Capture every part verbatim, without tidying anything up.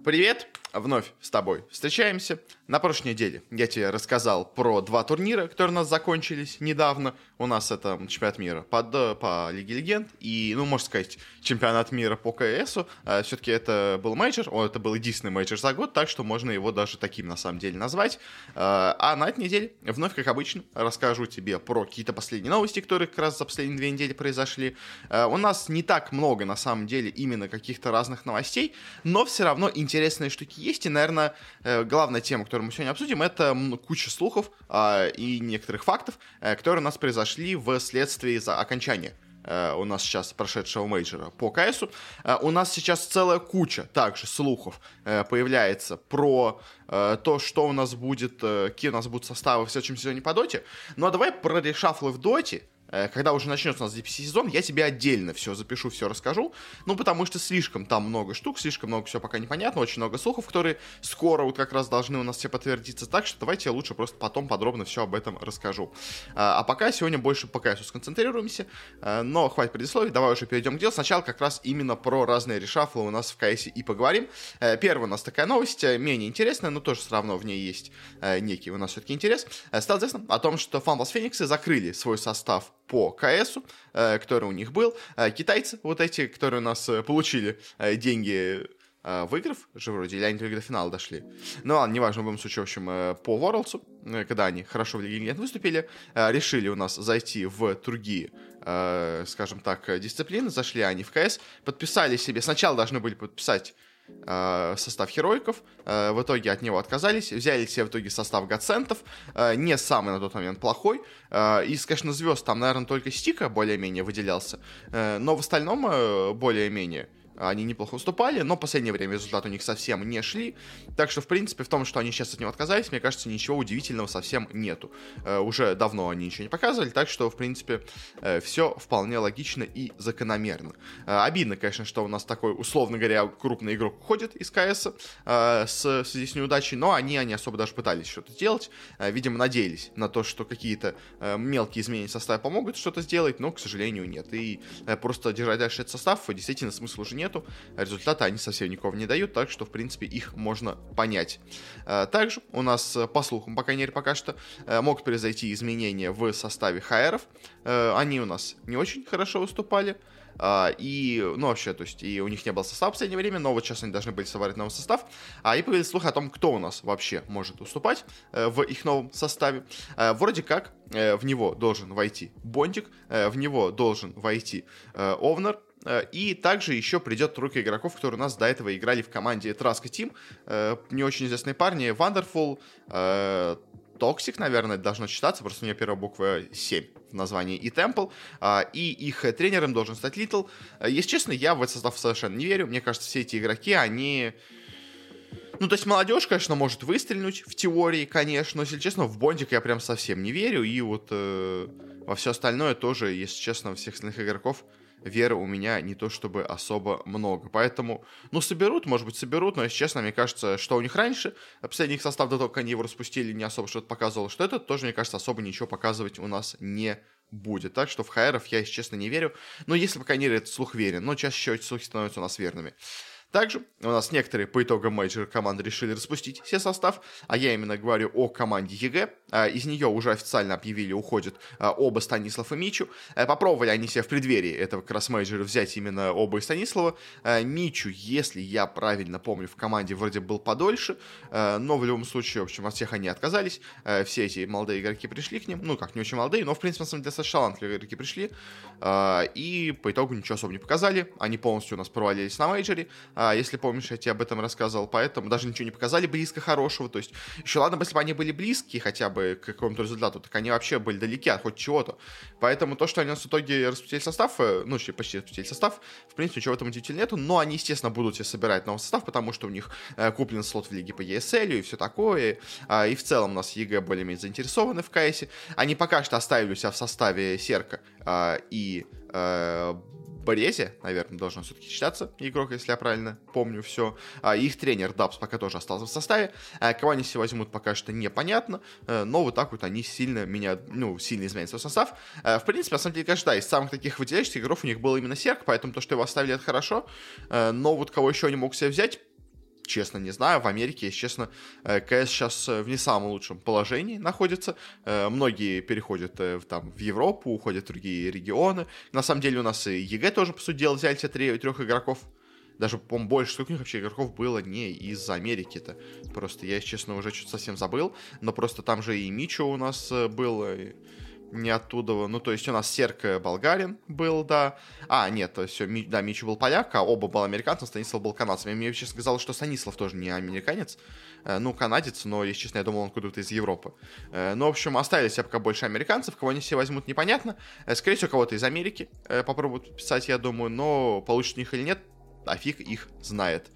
Привет! Вновь с тобой встречаемся. На прошлой неделе я тебе рассказал про два турнира, которые у нас закончились недавно. У нас это чемпионат мира по, по Лиге Легенд и, ну, можно сказать, чемпионат мира по КСу. А, все-таки это был мейджор, о, это был единственный мейджор за год, так что можно его даже таким на самом деле назвать. А, а на этой неделе, вновь как обычно, расскажу тебе про какие-то последние новости, которые как раз за последние две недели произошли. А, у нас не так много, на самом деле, именно каких-то разных новостей, но все равно интересные штуки есть, и, наверное, главная тема, которую мы сегодня обсудим, это куча слухов э, и некоторых фактов, э, которые у нас произошли вследствие за окончания э, у нас сейчас прошедшего мейджора по КСу. Э, у нас сейчас целая куча также слухов э, появляется про э, то, что у нас будет, э, какие у нас будут составы в следующем сезоне по доте. Ну а давай про решафлы в доте. Когда уже начнется у нас ди пи си-сезон, я тебе отдельно все запишу, все расскажу. Ну, потому что слишком там много штук, слишком много всего пока непонятно, очень много слухов, которые скоро вот как раз должны у нас все подтвердиться. Так что давайте я лучше просто потом подробно все об этом расскажу. А пока сегодня больше по КСу сконцентрируемся. Но хватит предисловий, давай уже перейдем к делу. Сначала как раз именно про разные решафлы у нас в КСе и поговорим. Первая у нас такая новость, менее интересная, но тоже все равно в ней есть некий у нас все-таки интерес. Стало известно о том, что Фамблс Фениксы закрыли свой состав по КСу, э, который у них был. Э, китайцы, вот эти, которые у нас э, получили э, деньги, э, выиграв же вроде, или они только до финала дошли. Ну ладно, неважно, в любом случае, в общем, э, по Worlds, э, когда они хорошо в Лиге Легенд выступили, э, решили у нас зайти в другие, э, скажем так, дисциплины. Зашли они в КС, подписали себе, сначала должны были подписать состав Хероиков, в итоге от него отказались, взяли себе в итоге состав Гацентов, не самый на тот момент плохой, из, конечно, звезд там, наверное, только Стика более-менее выделялся, но в остальном более-менее они неплохо уступали, но в последнее время результаты у них совсем не шли. Так что, в принципе, в том, что они сейчас от него отказались, мне кажется, ничего удивительного совсем нету. Э, уже давно они ничего не показывали, так что, в принципе, э, все вполне логично и закономерно. Э, обидно, конечно, что у нас такой, условно говоря, крупный игрок уходит из КС э, с, в связи с неудачей, но они, они особо даже пытались что-то делать. Э, видимо, надеялись на то, что какие-то э, мелкие изменения в составе помогут что-то сделать, но, к сожалению, нет. И э, просто держать дальше этот состав действительно смысла уже нет. Нету, результаты они совсем никого не дают, так что, в принципе, их можно понять. Также у нас, по слухам, по крайней мере, пока что, могут произойти изменения в составе ХРов. Они у нас не очень хорошо выступали. И, ну, вообще, то есть, и у них не было состава в последнее время, но вот сейчас они должны были собрать новый состав. И появились слухи о том, кто у нас вообще может уступать в их новом составе. Вроде как в него должен войти Бондик, в него должен войти Овнер. И также еще придет тройка игроков, которые у нас до этого играли в команде Traska Team. Не очень известные парни. Wonderful, Toxic, наверное, должно читаться, просто у нее первая буква семь в названии, и Temple. И их тренером должен стать Little. Если честно, я в этот состав совершенно не верю. Мне кажется, все эти игроки, они... Ну, то есть молодежь, конечно, может выстрелить в теории, конечно, но, если честно, в Бондик я прям совсем не верю. И вот э, во все остальное тоже, если честно, во всех остальных игроков веры у меня не то чтобы особо много. Поэтому, ну, соберут, может быть, соберут, но, если честно, мне кажется, что у них раньше, последний их состав, до того, как они его распустили, не особо что-то показывало, что это тоже, мне кажется, особо ничего показывать у нас не будет. Так что в ХРов я, если честно, не верю. Но если, по крайней мере, этот слух верен, но чаще всего эти слухи становятся у нас верными. Также у нас некоторые по итогам мейджора команды решили распустить все состав, а я именно говорю о команде ЕГЭ. Из нее уже официально объявили, уходят оба Станислав и Мичу. Попробовали они себя в преддверии этого как раз мейджора взять именно оба и Станислава. Мичу, если я правильно помню, в команде вроде был подольше, но в любом случае, в общем, от всех они отказались. Все эти молодые игроки пришли к ним, ну как, не очень молодые, но в принципе, на самом деле, достаточно талантливые игроки пришли, и по итогу ничего особо не показали. Они полностью у нас провалились на мейджоре. Если помнишь, я тебе об этом рассказывал, поэтому даже ничего не показали близко хорошего. То есть, еще ладно, если бы они были близкие хотя бы к какому-то результату, так они вообще были далеки от хоть чего-то. Поэтому то, что они у нас в итоге распустили состав, ну, почти распустили состав, в принципе, ничего в этом удивительного нету, но они, естественно, будут себе собирать новый состав, потому что у них э, куплен слот в лиге по и эс эл и все такое. А, и в целом у нас ЕГЭ более-менее заинтересованы в КСе. Они пока что оставили себя в составе Серка а, и а, Борезе, наверное, должен все-таки считаться игрок, если я правильно помню все. А, их тренер Дабс пока тоже остался в составе. А, кого они себе возьмут, пока что непонятно. А, но вот так вот они сильно меня, ну, сильно изменят свой состав. А, в принципе, на самом деле, конечно, да, из самых таких выделяющихся игроков у них был именно Серк, поэтому то, что его оставили, это хорошо. А, но вот кого еще они могут себе взять? честно, не знаю. В Америке, если честно, КС сейчас в не самом лучшем положении находится. Многие переходят там в Европу, уходят в другие регионы. На самом деле у нас и ЕГЭ тоже, по сути дела, взяли себе трех игроков. Даже, по-моему, больше, сколько у них вообще игроков было не из Америки-то. Просто я, если честно, уже что-то совсем забыл. Но просто там же и Мичо у нас был не оттуда. Ну, то есть у нас Серк болгарин был, да. А, нет, то есть, Ми, да, Мичо был поляк, а оба был американцем, Станислав был канадцем. И мне, честно, казалось, что Станислав тоже не американец. Ну, канадец, но, если честно, я думал, он куда-то из Европы. Ну, в общем, оставили себе пока больше американцев. Кого они все возьмут, непонятно. Скорее всего, кого-то из Америки попробуют писать, я думаю. Но получится у них или нет, а фиг их знает.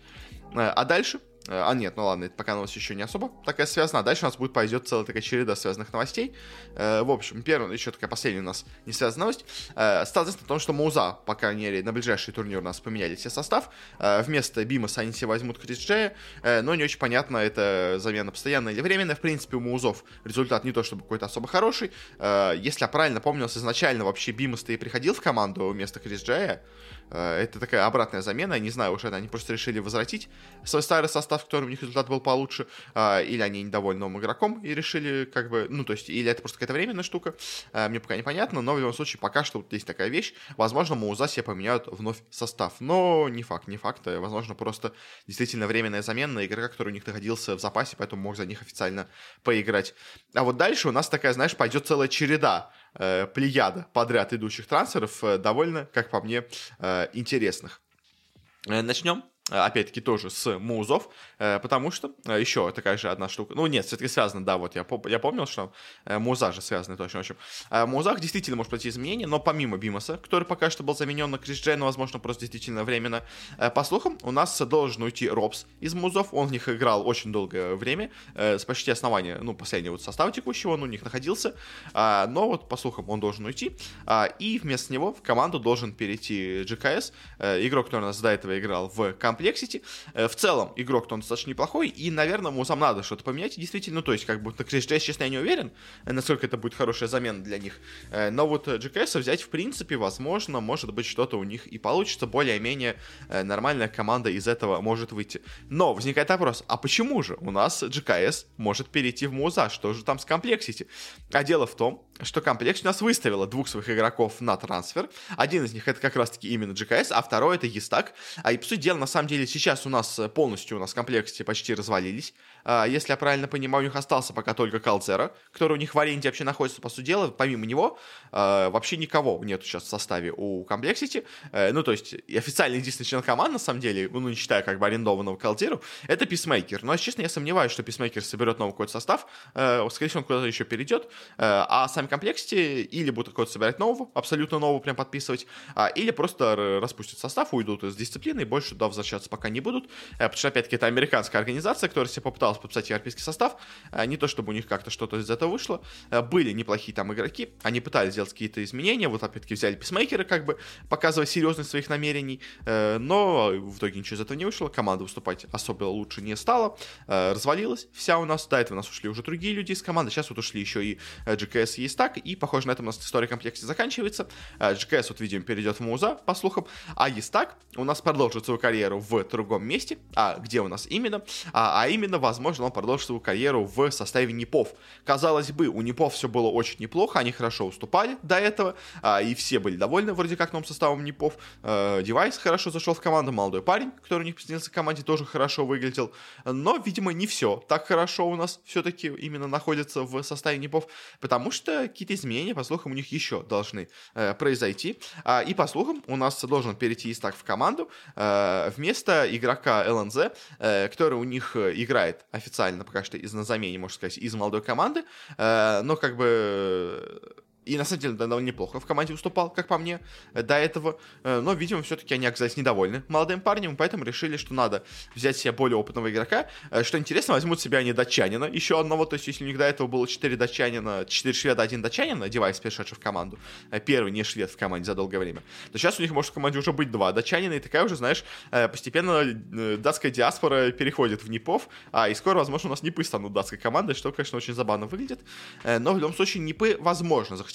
А дальше... А нет, ну ладно, это пока новость еще не особо такая связана. А дальше у нас будет пойдет целая такая череда связанных новостей. В общем, первая, еще такая последняя у нас не связанная новость. Стало известно о том, что Муза, по крайней мере, на ближайший турнир у нас поменяли все состав. Вместо Бимаса они себе возьмут Крис Джея, но не очень понятно, это замена постоянная или временная. В принципе, у Музов результат не то чтобы какой-то особо хороший. Если я правильно помню, изначально вообще Бимас-то и приходил в команду вместо Крис Джея. Это такая обратная замена, я не знаю, уже они просто решили возвратить свой старый состав, в котором у них результат был получше, или они недовольны новым игроком и решили как бы, ну то есть, или это просто какая-то временная штука, мне пока непонятно, но в любом случае пока что вот есть такая вещь, возможно, Муза себе поменяют вновь состав, но не факт, не факт, возможно, просто действительно временная замена на игрока, который у них находился в запасе, поэтому мог за них официально поиграть. А вот дальше у нас такая, знаешь, пойдет целая череда, плеяда подряд идущих трансферов, довольно, как по мне, интересных. Начнем. Опять-таки тоже с Музов, потому что еще такая же одна штука. Ну нет, все-таки связано, да, вот я, я помнил, что Муза же связаны точно. В общем, в Музах действительно может пройти изменения, но помимо Бимаса, который пока что был заменен на Крис Джей, но, возможно, просто действительно временно, по слухам, у нас должен уйти Робс из Музов, он в них играл очень долгое время, с почти основания, ну, последнего вот состава текущего, он у них находился, но вот, по слухам, он должен уйти, и вместо него в команду должен перейти джи кей эс, игрок, который у нас до этого играл в комп Complexity. В целом, игрок-то он достаточно неплохой, и, наверное, Музам надо что-то поменять, действительно, ну, то есть, как бы, на Крис Джей, честно, я не уверен, насколько это будет хорошая замена для них, но вот джи кей эс взять, в принципе, возможно, может быть, что-то у них и получится, более-менее нормальная команда из этого может выйти. Но возникает вопрос, а почему же у нас джи кей эс может перейти в Муза, что же там с Complexity? А дело в том, что Complexity у нас выставила двух своих игроков на трансфер, один из них это как раз-таки именно джи кей эс, а второй это Естак, а и, по сути дела, на самом деле, сейчас у нас полностью у нас Complexity почти развалились. Если я правильно понимаю, у них остался пока только Калдзера, который у них в аренде вообще находится, по сути дела. Помимо него, вообще никого нету сейчас в составе у Complexity. Ну, то есть, официально единственный член команды, на самом деле, ну, не считая как бы арендованного Калдзеру, это Писмейкер. Но, если честно, я сомневаюсь, что Писмейкер соберет новый какой-то состав. Скорее всего, он куда-то еще перейдет. А сами Complexity или будут какой-то собирать нового, абсолютно нового прям подписывать, или просто распустят состав, уйдут из дисциплины и больше туда возвращаться пока не будут, потому что, опять-таки, это американская организация, которая себе попыталась подписать европейский состав, не то чтобы у них как-то что-то из этого вышло, были неплохие там игроки, они пытались сделать какие-то изменения, вот опять-таки взяли Писмейкера, как бы показывая серьезность своих намерений, но в итоге ничего из этого не вышло, команда выступать особо лучше не стала, развалилась вся у нас, до этого у нас ушли уже другие люди из команды, сейчас вот ушли еще и джи кей эс и Естак, и, похоже, на этом у нас история комплекта заканчивается, джи кей эс, вот видим, перейдет в Муза, по слухам, а Естак у нас продолжит свою карьеру в другом месте, а где у нас именно, а, а именно, возможно, он продолжит свою карьеру в составе Непов. Казалось бы, у Непов все было очень неплохо, они хорошо уступали до этого, а, и все были довольны вроде как новым составом Непов. А, Девайс хорошо зашел в команду, молодой парень, который у них присоединился к команде, тоже хорошо выглядел, но, видимо, не все так хорошо у нас все-таки именно находится в составе Непов, потому что какие-то изменения, по слухам, у них еще должны э, произойти, а, и, по слухам, у нас должен перейти Естак в команду э, вместо игрока эл эн зет, э, который у них играет официально пока что из на замене, можно сказать, из молодой команды, э, но как бы... И, на самом деле, довольно неплохо в команде выступал, как по мне, до этого. Но, видимо, все-таки они оказались недовольны молодым парнем, поэтому решили, что надо взять себе более опытного игрока. Что интересно, возьмут себе они датчанина, еще одного. То есть, если у них до этого было четыре датчанина, четыре шведа, один датчанина, Девайс, перешедший в команду, первый не швед в команде за долгое время, то сейчас у них может в команде уже быть два датчанина, и такая уже, знаешь, постепенно датская диаспора переходит в Непов, а и скоро, возможно, у нас Непы станут датской командой, что, конечно, очень забавно выглядит. Но, в любом случае, Непы, возможно, захотят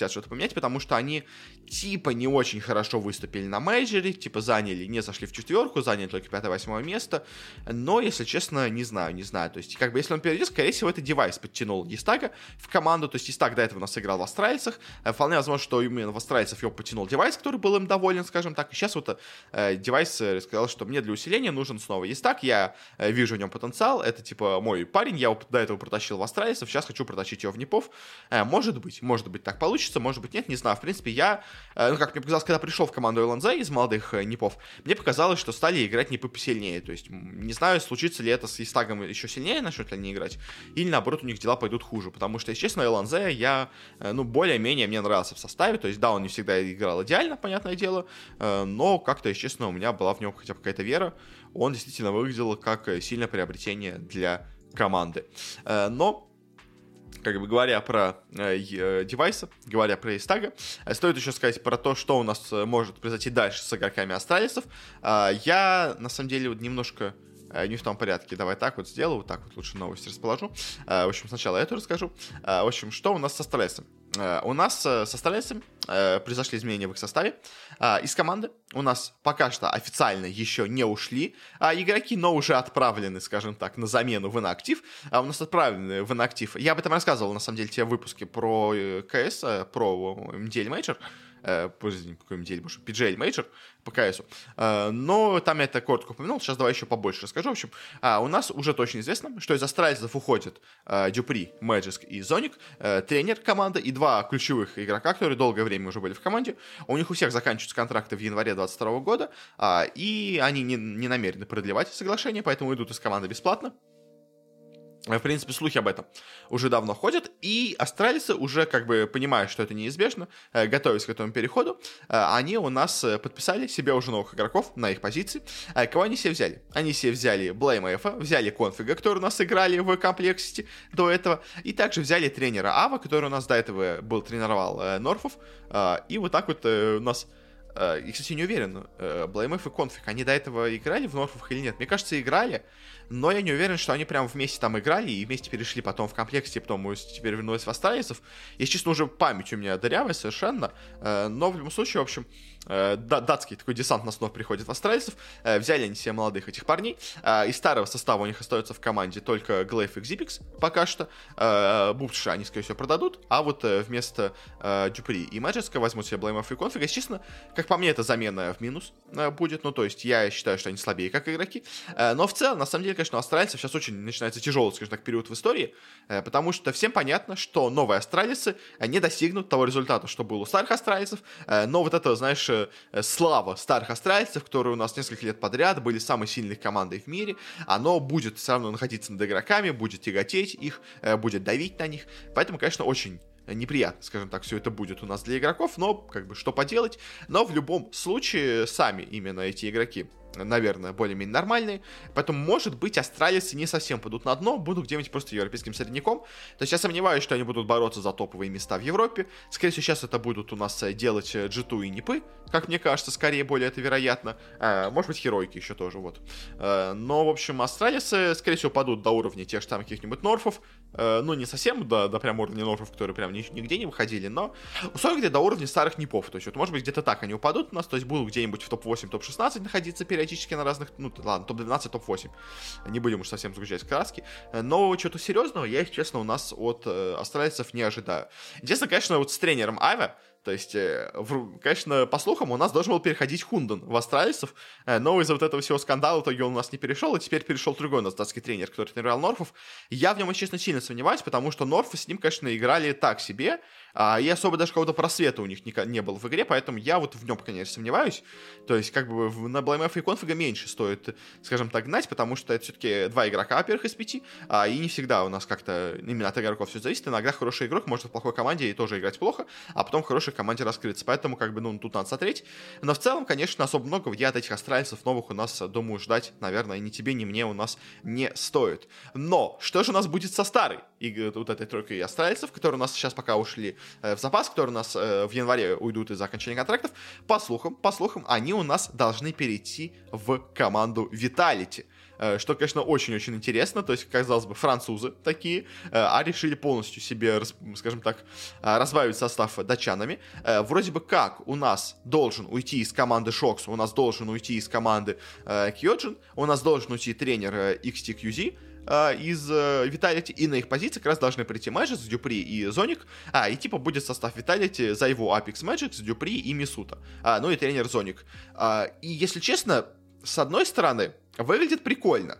хотят что-то поменять, потому что они типа не очень хорошо выступили на мейджоре, типа заняли, не зашли в четверку, заняли только пятое-восьмое место, но, если честно, не знаю, не знаю, то есть, как бы, если он перейдет, скорее всего, это девайс подтянул Естага в команду, то есть, Естаг до этого у нас играл в Астральцах, вполне возможно, что именно в Астральцев его потянул девайс, который был им доволен, скажем так, и сейчас вот э, девайс э, сказал, что мне для усиления нужен снова Естаг, я э, вижу в нем потенциал, это, типа, мой парень, я его до этого протащил в Астральцев, сейчас хочу протащить его в Непов, э, может быть, может быть, так получится, может быть, нет, не знаю, в принципе, я, э, ну, как мне показалось, когда пришел в команду эл эн зет из молодых э, Непов, мне показалось, что стали играть Непы посильнее, то есть, не знаю, случится ли это с Естагом еще сильнее, начнут ли они играть, или, наоборот, у них дела пойдут хуже, потому что, если честно, эл эн зет я, э, ну, более-менее мне нравился в составе, то есть, да, он не всегда играл идеально, понятное дело, э, но как-то, если честно, у меня была в нем хотя бы какая-то вера, он действительно выглядел как сильное приобретение для команды, э, но как бы говоря про э, девайсы, говоря про Естага, э, стоит еще сказать про то, что у нас э, может произойти дальше с игроками Астралисов. Э, я, на самом деле, вот немножко э, не в том порядке. Давай так вот сделаю, вот так вот лучше новости расположу. Э, в общем, сначала эту расскажу. Э, в общем, что у нас с Астралисом? Uh, у нас uh, со Астралисами uh, произошли изменения в их составе. Uh, из команды у нас пока что официально еще не ушли uh, игроки, но уже отправлены, скажем так, на замену в инактив. Uh, у нас отправлены в инактив. Я об этом рассказывал, на самом деле, те выпуски про КС, uh, про эм ди эл Major. Uh, Подожди, какой эм ди эл, может, пи джи эл Major по КСу. Uh, но там я это коротко упомянул, сейчас давай еще побольше расскажу. В общем, uh, у нас уже точно известно, что из Астралисов уходят uh, Дюпри, Мэджиск и Зоник, uh, тренер команды и два ключевых игрока, которые долгое время уже были в команде. У них у всех заканчиваются контракты в январе двадцать второго года, uh, и они не, не намерены продлевать соглашение, поэтому идут из команды бесплатно. В принципе, слухи об этом уже давно ходят, и Астралисы уже, как бы, понимая, что это неизбежно, э, готовясь к этому переходу, э, они у нас э, подписали себе уже новых игроков на их позиции. Э, кого они себе взяли? Они себе взяли Блеймэфа, взяли Конфига, который у нас играли в комплексити до этого, и также взяли тренера Ава, который у нас до этого был тренировал э, Норфов, э, и вот так вот э, у нас... Uh, и, кстати, не уверен, uh, Блеймэф и Конфиг, они до этого играли в Норфах или нет? Мне кажется, играли, но я не уверен, что они прям вместе там играли и вместе перешли потом в комплекте, потом мы теперь вернулись в Астралисов. Если честно, уже память у меня дырявая совершенно, uh, но в любом случае, в общем, uh, датский такой десант на снов приходит в Астралисов, uh, взяли они себе молодых этих парней, uh, из старого состава у них остается в команде только Глейф и Xipix пока что, uh, Бубша они, скорее всего, продадут, а вот uh, вместо uh, Дюпри и Мэджиска возьмут себе Блеймэф и Конфига. Если честно, как по мне, это замена в минус э, будет, ну, то есть я считаю, что они слабее как игроки, э, но в целом, на самом деле, конечно, у Астралисов сейчас очень начинается тяжелый, скажем так, период в истории, э, потому что всем понятно, что новые Астралисы э, не достигнут того результата, что был у старых Астралисов, э, но вот это, знаешь, э, слава старых Астралисов, которые у нас несколько лет подряд были самой сильной командой в мире, оно будет все равно находиться над игроками, будет тяготеть их, э, будет давить на них, поэтому, конечно, очень неприятно, скажем так, все это будет у нас для игроков, но, как бы, что поделать. Но в любом случае, сами именно эти игроки, наверное, более-менее нормальные. Поэтому, может быть, Астралисы не совсем падут на дно, будут где-нибудь просто европейским средняком. То есть я сомневаюсь, что они будут бороться за топовые места в Европе. Скорее всего, сейчас это будут у нас делать джи ту и Непы, как мне кажется, скорее более это вероятно. А, может быть, Херойки еще тоже, вот. А, но, в общем, Астралисы, скорее всего, падут до уровня тех же там каких-нибудь Норфов. А, ну, не совсем до, до прям уровня Норфов, которые прям нигде не выходили, но условия где до уровня старых Непов. То есть, вот, может быть, где-то так они упадут у нас, то есть будут где-нибудь в топ восемь, топ шестнадцать находиться периодически на разных, ну, ладно, топ двенадцать, топ восемь. Не будем уж совсем сгущать краски. Но чего-то серьезного я, если честно, у нас от э, Астралисов не ожидаю. Интересно, конечно, вот с тренером Аве, то есть, э, в, конечно, по слухам, у нас должен был переходить Хунден в Астралисов, э, но из-за вот этого всего скандала в итоге он у нас не перешел, и теперь перешел другой у нас датский тренер, который тренировал Норфов. Я в нем, честно, сильно сомневаюсь, потому что Норфы с ним, конечно, играли так себе, а, и особо даже какого-то просвета у них не, не было в игре, поэтому я вот в нем, конечно, сомневаюсь. То есть, как бы, в, на Блеймэфа и Конфига меньше стоит, скажем так, гнать, потому что это все-таки два игрока, во-первых, из пяти, а, и не всегда у нас как-то именно от игроков все зависит. Иногда хороший игрок может в плохой команде и тоже играть плохо, а потом в хорошей команде раскрыться. Поэтому, как бы, ну, тут надо смотреть. Но в целом, конечно, особо много я от этих Астралисов новых у нас, думаю, ждать, наверное, ни тебе, ни мне у нас не стоит. Но, что же у нас будет со старой и вот этой тройкой Астралисов, которые у нас сейчас пока ушли э, в запас, которые у нас э, в январе уйдут из-за окончания контрактов, по слухам, по слухам, они у нас должны перейти в команду Vitality. Что, конечно, очень-очень интересно. То есть, казалось бы, французы такие, а решили полностью себе, скажем так, разбавить состав датчанами. Вроде бы как у нас должен уйти из команды Шокс, у нас должен уйти из команды Кьоджин, у нас должен уйти тренер икс ти кью зет из Vitality, и на их позиции как раз должны прийти Magic, Дюпри и Зоник, а, и типа будет состав Vitality за его Apex Magic, Дюпри и Мисута, а, ну и тренер Зоник. А, и, если честно, с одной стороны, выглядит прикольно.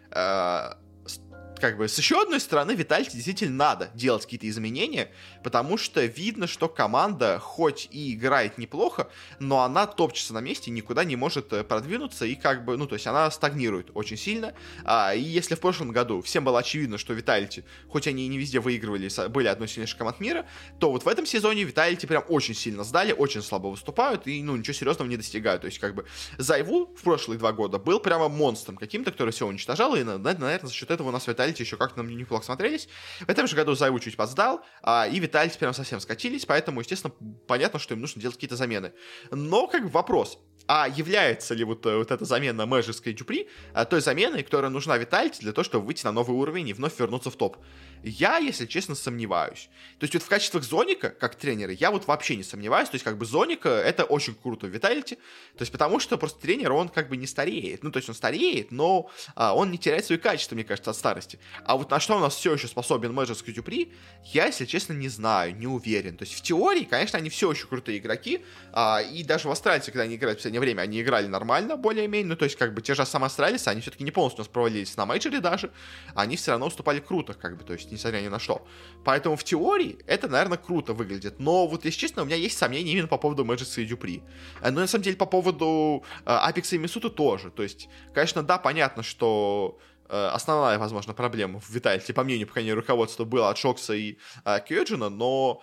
Как бы с еще одной стороны, Vitality действительно надо делать какие-то изменения, потому что видно, что команда хоть и играет неплохо, но она топчется на месте, никуда не может продвинуться, и как бы, ну, то есть она стагнирует очень сильно. А, и если в прошлом году всем было очевидно, что Vitality, хоть они и не везде выигрывали, были одной из сильнейших команд мира, то вот в этом сезоне Vitality прям очень сильно сдали, очень слабо выступают и, ну, ничего серьезного не достигают. То есть, как бы, Зайву в прошлые два года был прямо монстром каким-то, который все уничтожал, и, наверное, за счет этого у нас Vitality еще как-то нам неплохо смотрелись. В этом же году Зайву чуть подсдал, а, и Vitality прям совсем скатились, поэтому, естественно, понятно, что им нужно делать какие-то замены. Но, как бы, вопрос, а является ли вот, вот эта замена Magic и Дюпри а, той заменой, которая нужна Vitality для того, чтобы выйти на новый уровень и вновь вернуться в топ? Я, если честно, сомневаюсь. То есть вот в качествах Зоника, как тренера, я вот вообще не сомневаюсь. То есть как бы Зоника это очень круто в Vitality. То есть потому что просто тренер, он как бы не стареет. Ну, то есть он стареет, но а, он не теряет свои качества, мне кажется, от старости. А вот на что у нас все еще способен Magic и Дюпри, я, если честно, не знаю, не уверен. То есть в теории, конечно, они все еще крутые игроки. А, и даже в Астралисе, когда они играют в последнее время, они играли нормально, более-менее. Ну, то есть как бы те же самые Астралисы, они все-таки не полностью у нас провалились на мейджоре даже. Они все равно уступали круто, как бы, то есть несмотря ни на что. Поэтому в теории это, наверное, круто выглядит. Но вот, если честно, у меня есть сомнения именно по поводу Magic и Дюпри. Но на самом деле по поводу Апекса и Мисута тоже. То есть, конечно, да, понятно, что основная, возможно, проблема в Vitality, по мнению, по крайней мере, руководства, была от Шокса и Кьоджина, но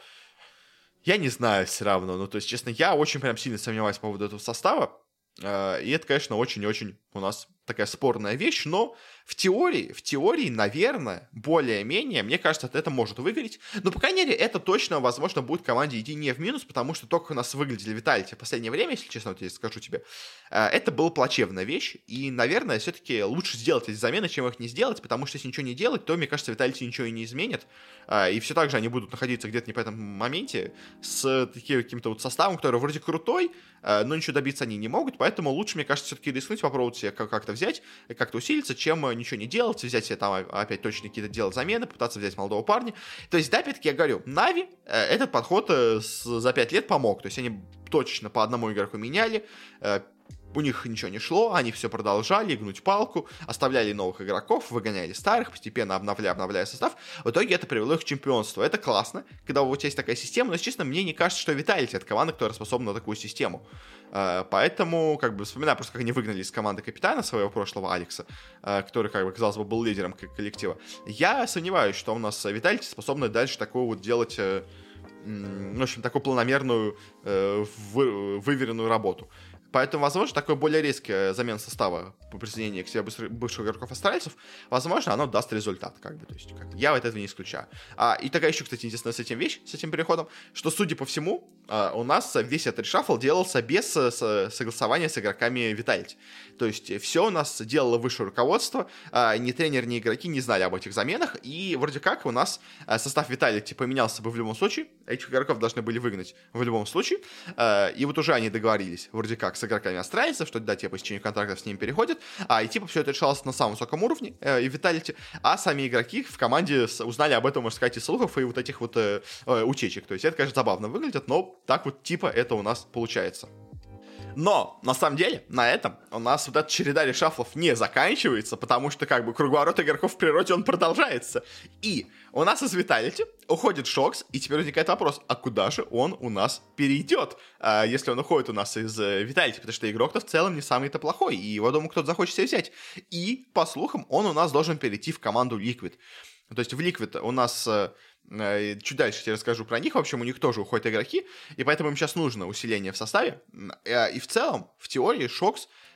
я не знаю все равно. Ну, то есть, честно, я очень прям сильно сомневаюсь по поводу этого состава. И это, конечно, очень-очень у нас такая спорная вещь, но в теории, в теории, наверное, более-менее, мне кажется, это может выгореть. Но, по крайней мере, это точно, возможно, будет команде идти не в минус, потому что только у нас выглядели Vitality в последнее время, если честно, вот я скажу тебе, это была плачевная вещь, и, наверное, все-таки лучше сделать эти замены, чем их не сделать, потому что если ничего не делать, то, мне кажется, Vitality ничего и не изменит, и все так же они будут находиться где-то не по этому моменте с таким каким-то вот составом, который вроде крутой, но ничего добиться они не могут, поэтому лучше, мне кажется, все-таки рискнуть, попробовать себе как-то взять, как-то усилиться, чем ничего не делать, взять себе там опять точно какие-то делать замены, пытаться взять молодого парня. То есть, да, опять-таки я говорю, Нави этот подход за пять лет помог, то есть они точно по одному игроку меняли, у них ничего не шло, они все продолжали гнуть палку, оставляли новых игроков, выгоняли старых, постепенно обновляя, обновляя состав. В итоге это привело их к чемпионству. Это классно, когда у тебя есть такая система, но, если честно, мне не кажется, что Vitality — это команда, которая способна на такую систему. Поэтому, как бы, вспоминаю просто, как они выгнали из команды капитана своего прошлого, Алекса, который, как бы, казалось бы, был лидером коллектива. Я сомневаюсь, что у нас Vitality способны дальше такую вот делать, в общем, такую планомерную, выверенную работу. Поэтому, возможно, такой более резкий замен состава по присоединению к себе бывших игроков астральцев, возможно, оно даст результат, как бы, то есть, как, я вот этого не исключаю. А, и такая еще, кстати, интересная с этим вещь, с этим переходом, что, судя по всему, а, у нас весь этот решафл делался без с, согласования с игроками Vitality. То есть, все у нас делало высшее руководство, а, ни тренер, ни игроки не знали об этих заменах, и вроде как у нас состав Vitality поменялся бы в любом случае, этих игроков должны были выгнать в любом случае, а, и вот уже они договорились, вроде как, с игроками астральцев, что да, типа, по истечению контрактов с ними переходят, а и типа все это решалось на самом высоком уровне, э, и Vitality, а сами игроки в команде с, узнали об этом, можно сказать, из слухов и вот этих вот э, э, утечек. То есть это, конечно, забавно выглядит, но так вот типа это у нас получается. Но, на самом деле, на этом у нас вот эта череда решафлов не заканчивается, потому что, как бы, круговорот игроков в природе, он продолжается. И у нас из Vitality уходит Шокс, и теперь возникает вопрос, а куда же он у нас перейдет, а, если он уходит у нас из uh, Vitality, потому что игрок-то в целом не самый-то плохой, и его, думаю, кто-то захочет себе взять. И, по слухам, он у нас должен перейти в команду Liquid. То есть в Liquid у нас... Чуть дальше я тебе расскажу про них. В общем, у них тоже уходят игроки, и поэтому им сейчас нужно усиление в составе. И в целом, в теории, Шокс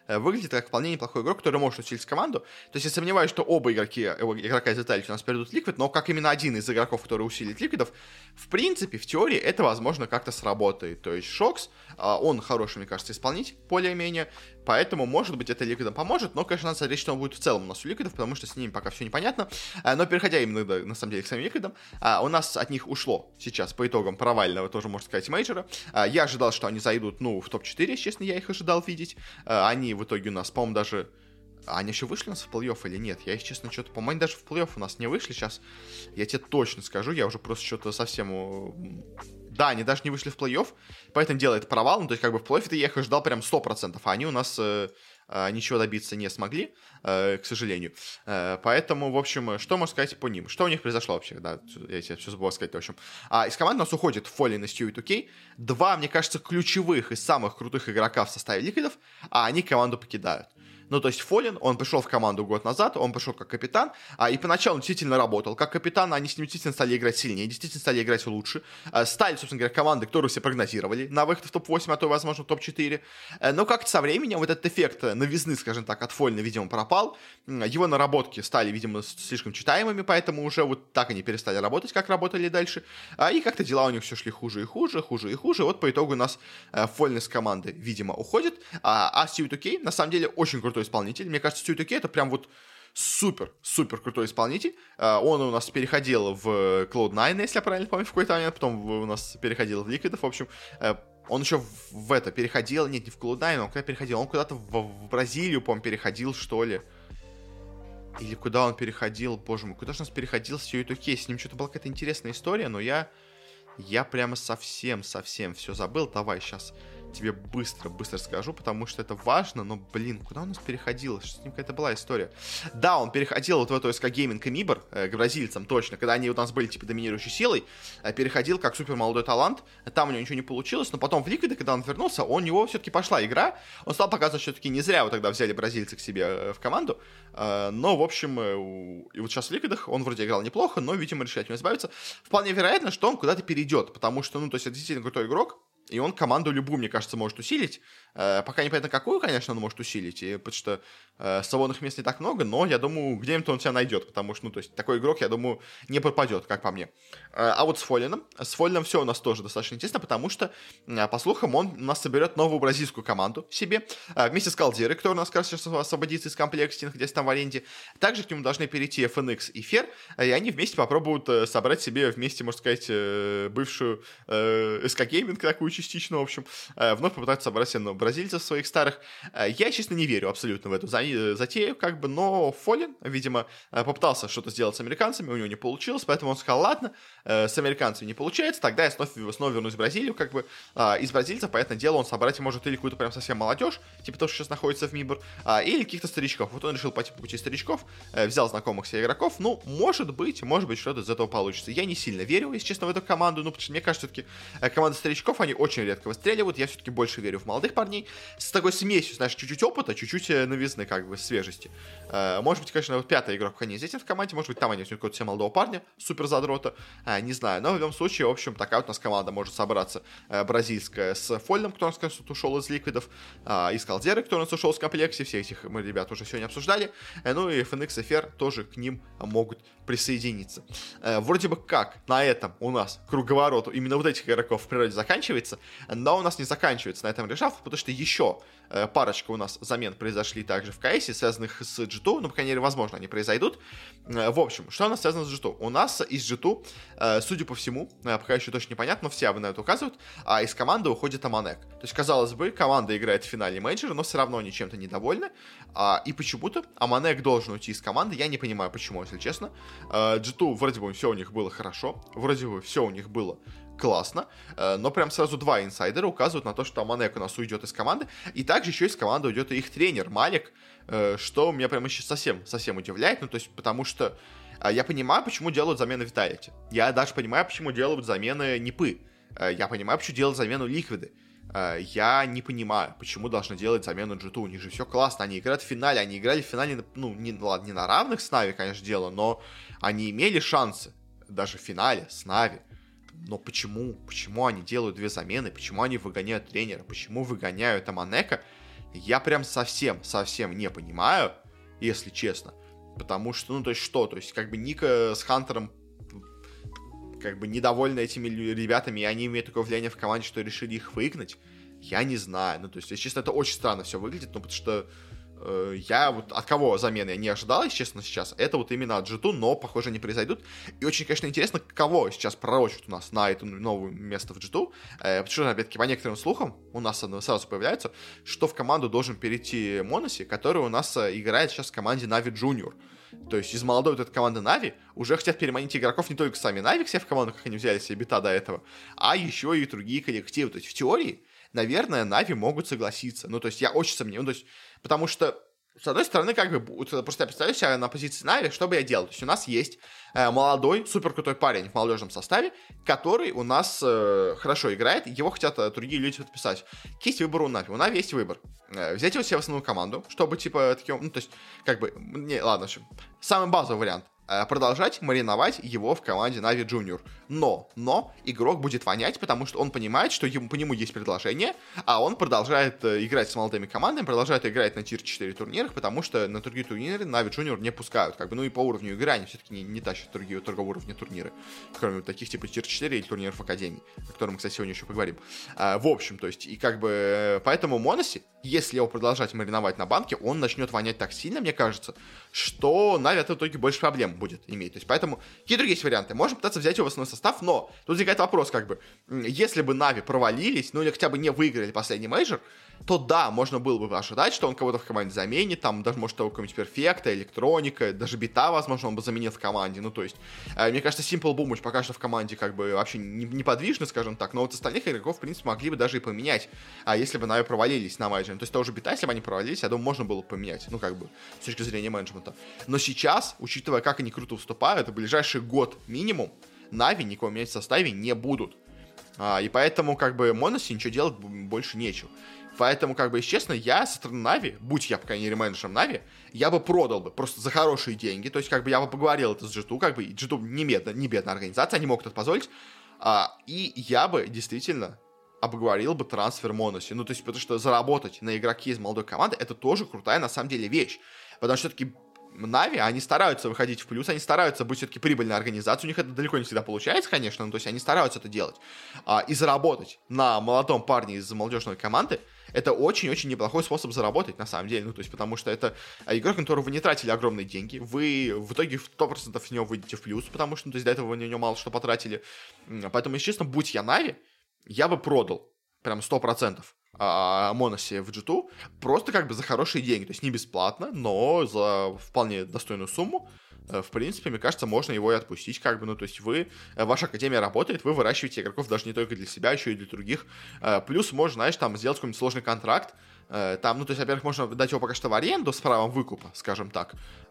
э, выглядит как вполне неплохой игрок, который может усилить команду. То есть я сомневаюсь, что оба игроки, игрока из Vitality у нас перейдут в Liquid, но как именно один из игроков, который усилит Liquid'ов, в принципе, в теории это, возможно, как-то сработает. То есть Шокс, э, он хороший, мне кажется, исполнитель, более-менее, поэтому, может быть, это Liquid'ам поможет, но, конечно, надо смотреть, что он будет в целом у нас у Liquid'ов, потому что с ними пока все непонятно. Э, но переходя именно, да, на самом деле, к самим Liquid'ам, э, у нас от них ушло сейчас по итогам провального, тоже, можно сказать, мейджора. Э, я ожидал, что они зайдут, ну, в топ четыре, честно, я их ожидал видеть. Э, они в итоге у нас, по-моему, даже... Они еще вышли у нас в плей-офф или нет? Я, если честно, что-то... По-моему, даже в плей-офф у нас не вышли. Сейчас я тебе точно скажу. Я уже просто что-то совсем... Да, они даже не вышли в плей-офф. Поэтому делает провал. Ну, то есть, как бы в плей-оффе я их ожидал прям сто процентов. А они у нас э, э, ничего добиться не смогли, э, к сожалению. Э, поэтому, в общем, что можно сказать по ним? Что у них произошло вообще? Да, я тебе все забыл сказать, в общем. А, из команды у нас уходит Fallen и Stewie ту кей. Два, мне кажется, ключевых и самых крутых игрока в составе Liquid'ов, а они команду покидают. Ну, то есть Fallen, он пришел в команду год назад, он пришел как капитан, а, и поначалу он действительно работал. Как капитан они с ним действительно стали играть сильнее, действительно стали играть лучше. А, стали, собственно говоря, команды, которые все прогнозировали на выход в топ восемь, а то, возможно, в топ четыре. А, но как-то со временем вот этот эффект новизны, скажем так, от Fallen, видимо, пропал. Его наработки стали, видимо, слишком читаемыми, поэтому уже вот так они перестали работать, как работали дальше. А, и как-то дела у них все шли хуже и хуже, хуже и хуже. Вот по итогу у нас а, Fallen с команды, видимо, уходит. А, а Stewie ту кей, на самом деле, очень крутой исполнитель. Мне кажется, Stewie ту кей это прям вот супер-супер крутой исполнитель. Uh, он у нас переходил в клауд найн, если я правильно помню, в какой-то момент. Потом у нас переходил в Liquid'ов. В общем, uh, он еще в, в это переходил. Нет, не в клауд найн, он куда переходил? Он куда-то в, в Бразилию, по-моему, переходил, что ли. Или куда он переходил? Боже мой, куда же у нас переходил Stewie ту кей? С ним что-то была какая-то интересная история, но я... Я прямо совсем-совсем все забыл. Давай сейчас тебе быстро-быстро скажу, потому что это важно, но, блин, куда он у нас переходил? Что с ним какая-то была история? Да, он переходил вот в эту эс ка Gaming и Мибор, э, к бразильцам, точно, когда они у нас были, типа, доминирующей силой, э, переходил как супер молодой талант, там у него ничего не получилось, но потом в Liquid, когда он вернулся, у него все-таки пошла игра, он стал показывать, что все-таки не зря вот тогда взяли бразильцы к себе э, в команду, э, но, в общем, э, и вот сейчас в Liquid он вроде играл неплохо, но, видимо, решили от него избавиться. Вполне вероятно, что он куда-то перейдет, потому что, ну, то есть это действительно крутой игрок, и он команду любую, мне кажется, может усилить. Э, пока непонятно, какую, конечно, он может усилить, и, потому что э, свободных мест не так много, но я думаю, где-нибудь он себя найдет, потому что, ну, то есть, такой игрок, я думаю, не пропадет, как по мне. Э, а вот с Фолленом, с Фолленом все у нас тоже достаточно интересно, потому что, э, по слухам, он у нас соберет новую бразильскую команду себе, э, вместе с Калдерой, который у нас, кажется, сейчас освободится из комплекции, находясь там в аренде. Также к нему должны перейти эф эн икс и Фер, и они вместе попробуют э, собрать себе вместе, можно сказать, э, бывшую э, эс ка Gaming, такую частично, в общем, э, вновь попытаться собрать себе бразильцев своих старых. Э, я, честно, не верю абсолютно в эту затею, как бы, но Fallen, видимо, попытался что-то сделать с американцами, у него не получилось, поэтому он сказал, ладно, э, с американцами не получается, тогда я снова, снова вернусь в Бразилию, как бы, э, из бразильцев, понятное дело, он собрать может или какую-то прям совсем молодежь, типа то, что сейчас находится в Мибор, э, или каких-то старичков. Вот он решил пойти по пути старичков, э, взял знакомых себе игроков, ну, может быть, может быть, что-то из этого получится. Я не сильно верю, если честно, в эту команду, ну, потому что мне кажется, все-таки э, команда старичков, они очень редко выстреливают, я все-таки больше верю в молодых парней, с такой смесью, знаешь, чуть-чуть опыта, чуть-чуть новизны, как бы, свежести. Э, может быть, конечно, вот пятый игрок Ханезетин в команде, может быть, там они возьмут какого-то себе молодого парня, супер задрота, э, не знаю, но в любом случае, в общем, такая вот у нас команда может собраться, э, бразильская, с Фольном, который у нас, конечно, ушел из Ликвидов, э, и с Калдерой, который у нас ушел из комплекции, все этих мы, ребят, уже сегодня обсуждали, э, ну и эф эн икс и Фер тоже к ним могут присоединиться. Э, вроде бы как на этом у нас круговорот именно вот этих игроков в природе заканчивается, но у нас не заканчивается на этом решав, потому что еще э, парочка у нас замен произошли также в КС, связанных с джи ту, ну, по крайней мере, возможно, они произойдут. Э, в общем, что у нас связано с джи ту? У нас из джи ту, э, судя по всему, э, пока еще точно непонятно, но все на это указывают, а из команды уходит Аманек. То есть, казалось бы, команда играет в финале мейджора, но все равно они чем-то недовольны, а, и почему-то Аманек должен уйти из команды, я не понимаю, почему, если честно. Э, джи ту, вроде бы, все у них было хорошо, вроде бы, все у них было классно, но прям сразу два инсайдера указывают на то, что Аманек у нас уйдет из команды, и также еще из команды уйдет и их тренер Малик, что меня прям еще совсем, совсем удивляет, ну то есть потому что я понимаю, почему делают замены Vitality, я даже понимаю, почему делают замены Нипы, я понимаю, почему делают замену Ликвиды, я не понимаю, почему должны делать замену джи ту, у них же все классно, они играют в финале, они играли в финале, ну, не, ладно, не на равных с Нави, конечно, дело, но они имели шансы, даже в финале с Нави. Но почему? Почему они делают две замены? Почему они выгоняют тренера? Почему выгоняют Аманека? я прям совсем-совсем не понимаю, если честно. Потому что, ну, то есть что? То есть, как бы Ника с Хантером как бы недовольны этими ребятами, и они имеют такое влияние в команде, что решили их выгнать. Я не знаю. Ну, то есть, если честно, это очень странно все выглядит, ну, потому что э, я вот от кого замены я не ожидал, если честно, сейчас. Это вот именно от джи ту, но, похоже, не произойдут. И очень, конечно, интересно, кого сейчас пророчат у нас на это новое место в джи ту. Э, потому что, опять-таки, по некоторым слухам, у нас сразу появляется, что в команду должен перейти Моноси, который у нас играет сейчас в команде Нави Junior. То есть из молодой вот этой команды Нави уже хотят переманить игроков не только сами Нави к себе в команду, как они взяли себе бита до этого, а еще и другие коллективы. То есть в теории, наверное, Нави могут согласиться. Ну, то есть я очень сомневаюсь. Ну, то есть, потому что, с одной стороны, как бы, просто я представляю себя на позиции Нави, что бы я делал. То есть у нас есть э, молодой, супер крутой парень в молодежном составе, который у нас э, хорошо играет, его хотят э, другие люди подписать. Есть выбор у Нави. У Нави есть выбор. Э, взять его себе в основную команду, чтобы, типа, таким, ну, то есть, как бы, не, ладно, в общем, самый базовый вариант. Продолжать мариновать его в команде Нави Junior. Но, но игрок будет вонять, потому что он понимает, что ему, по нему есть предложение, а он продолжает э, играть с молодыми командами, продолжает играть на тир четыре турнирах, потому что на другие турниры Нави Junior не пускают. Как бы, ну и по уровню игры они все-таки не, не тащат другие торгового уровня турниры, кроме таких типа тир четыре или турниров Академии, о котором мы, кстати, сегодня еще поговорим. А, в общем, то есть, и как бы, поэтому Моноси, если его продолжать мариновать на банке, он начнет вонять так сильно, мне кажется, что Нави от в итоге больше проблем будет иметь. То есть, поэтому какие другие есть варианты? Можно пытаться взять его в основной состав, но тут возникает вопрос, как бы, если бы Нави провалились, ну или хотя бы не выиграли последний мейджор, то да, можно было бы ожидать, что он кого-то в команде заменит, там, даже, может, того какого-нибудь перфекта, электроника, даже бита, возможно, он бы заменил в команде, ну, то есть, э, мне кажется, Simple Boomage пока что в команде, как бы, вообще неподвижны, скажем так, но вот остальных игроков, в принципе, могли бы даже и поменять, а если бы Нави провалились на мейджоре, то есть, того же бита, если бы они провалились, я думаю, можно было бы поменять, ну, как бы, с точки зрения менеджмента. Но сейчас, учитывая, как они круто выступают, в ближайший год минимум, Нави никого менять в составе не будут. А, и поэтому, как бы, Моноси ничего делать больше нечего. Поэтому, как бы, если честно, я со стороны Нави, будь я, по крайней мере, менеджером Нави, я бы продал бы просто за хорошие деньги. То есть, как бы, я бы поговорил это с джи ту, как бы, джи ту не бедная, не бедная организация, они могут это позволить. А, и я бы, действительно, обговорил бы трансфер Моноси. Ну, то есть, потому что заработать на игроке из молодой команды, это тоже крутая, на самом деле, вещь. Потому что, все-таки, Нави, они стараются выходить в плюс, они стараются быть все-таки прибыльной организацией, у них это далеко не всегда получается, конечно, но то есть они стараются это делать. А, и заработать на молодом парне из молодежной команды, это очень-очень неплохой способ заработать, на самом деле, ну, то есть потому что это игрок, на которого вы не тратили огромные деньги, вы в итоге сто процентов с него выйдете в плюс, потому что, ну, то есть до этого вы на него мало что потратили. Поэтому, если честно, будь я Нави, я бы продал прям сто процентов Моноси в джи ту, просто как бы за хорошие деньги, то есть не бесплатно, но за вполне достойную сумму. В принципе, мне кажется, можно его и отпустить, как бы, ну, то есть вы, ваша академия работает, вы выращиваете игроков даже не только для себя, еще и для других. Плюс можно, знаешь, там, сделать какой-нибудь сложный контракт, там, ну, то есть, во-первых, можно дать его пока что в аренду с правом выкупа, скажем так,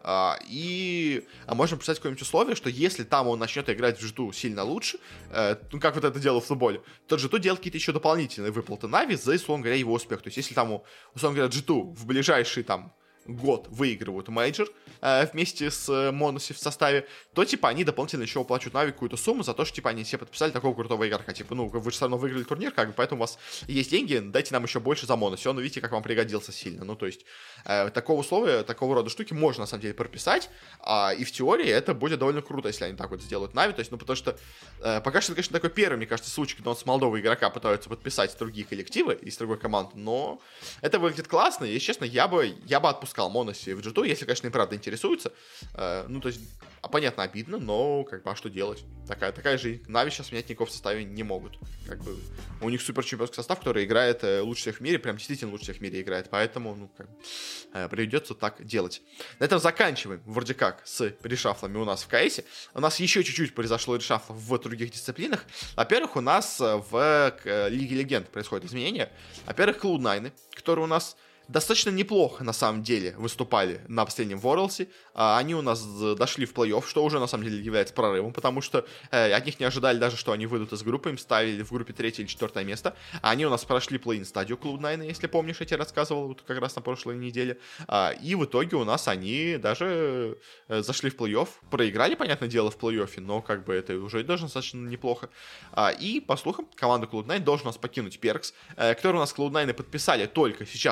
и можно писать какое-нибудь условие, что если там он начнет играть в джи ту сильно лучше, ну, как вот это делал в футболе, то джи ту делает какие-то еще дополнительные выплаты Нави за, условно говоря, его успех. То есть, если там, условно говоря, джи ту в ближайший, там, год выигрывают мейджор э, вместе с э, Моноси в составе, то, типа, они дополнительно еще уплачивают Нави какую-то сумму за то, что, типа, они все подписали такого крутого игрока. Типа, ну, вы же все равно выиграли турнир, как бы, поэтому у вас есть деньги, дайте нам еще больше за Моноси. Он, видите, как вам пригодился сильно. Ну, то есть, э, такого условия, такого рода штуки можно, на самом деле, прописать, а, и в теории это будет довольно круто, если они так вот сделают Нави. То есть, ну, потому что э, пока что это, конечно, такой первый, мне кажется, случай, когда он с молодого игрока пытаются подписать другие коллективы из другой команды, но это выглядит классно, и, если честно, я бы, я бы отпускал Моноси в джи ту, если, конечно, и правда интересуется. Э, ну, то есть, понятно, обидно, но, как бы, а что делать? Такая, такая же Нави сейчас менять никого в составе не могут. Как бы, у них супер чемпионский состав, который играет э, лучше всех в мире, прям действительно лучше всех в мире играет, поэтому, ну, как, э, придется так делать. На этом заканчиваем, вроде как, с решафлами у нас в КСе. У нас еще чуть-чуть произошло решафлов в других дисциплинах. Во-первых, у нас в э, Лиге Легенд происходят изменения. Во-первых, клоуд найн, которые у нас достаточно неплохо, на самом деле, выступали на последнем Worlds'е. Они у нас дошли в плей-офф, что уже, на самом деле, является прорывом, потому что э, от них не ожидали даже, что они выйдут из группы, им ставили в группе третье или четвертое место. А они у нас прошли плей-ин стадию клоуд найн, если помнишь, я тебе рассказывал вот как раз на прошлой неделе. А, и в итоге у нас они даже э, зашли в плей-офф, проиграли, понятное дело, в плей-оффе, но как бы это уже даже достаточно неплохо. А, и, по слухам, команда клоуд найн должна у нас покинуть Перкс, э, который у нас клоуд найн подписали только сейчас, в этом году,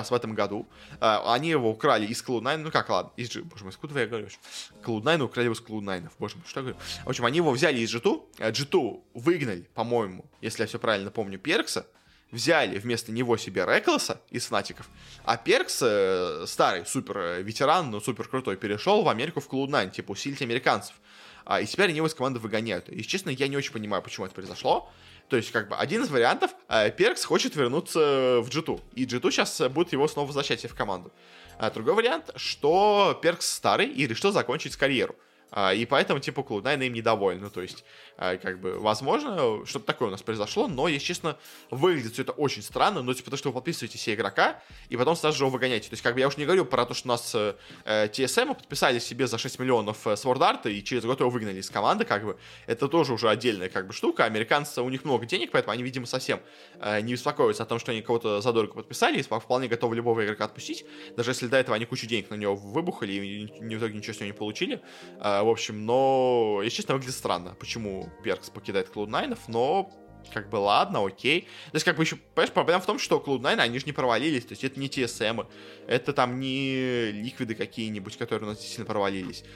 году. Они его украли из клоуд найна, ну как, ладно, из джи... Боже мой, скуда я говорю? клоуд найна украли его из клоуд найна. Боже мой, что я говорю? В общем, они его взяли из джи ту, джи ту выгнали, по-моему, если я все правильно помню, Перкса, взяли вместо него себе Рекласа из Фнатиков, а Перкс, э, старый супер ветеран, но супер крутой, перешел в Америку в клоуд найн, типа усилить американцев. А, и теперь они его из команды выгоняют. И, честно, я не очень понимаю, почему это произошло. То есть, как бы, один из вариантов, э, Перкс хочет вернуться в джи ту, и джи ту сейчас будет его снова возвращать себе в команду. А другой вариант, что Перкс старый и решил закончить карьеру. И поэтому, типа, клоуд найн им недоволен. Ну, то есть, как бы, возможно, что-то такое у нас произошло, но, если честно, выглядит все это очень странно, ну, типа, то, что вы подписываете себе игрока, и потом сразу же его выгоняете. То есть, как бы, я уж не говорю про то, что у нас э, ти эс эм подписали себе за шесть миллионов Sword Art, и через год его выгнали из команды, как бы, это тоже уже отдельная, как бы, штука. Американцы, у них много денег, поэтому они, видимо, совсем э, не беспокоятся о том, что они кого-то задорого подписали, и вполне готовы любого игрока отпустить, даже если до этого они кучу денег на него выбухали, и в итоге ничего с него не получили. В общем, но, если честно, выглядит странно, почему Перкс покидает клоуд найн, но, как бы, ладно, окей. То есть, как бы, еще, понимаешь, проблема в том, что клоуд найн, они же не провалились, то есть, это не ти эс эм, это там не ликвиды какие-нибудь, которые у нас действительно провалились.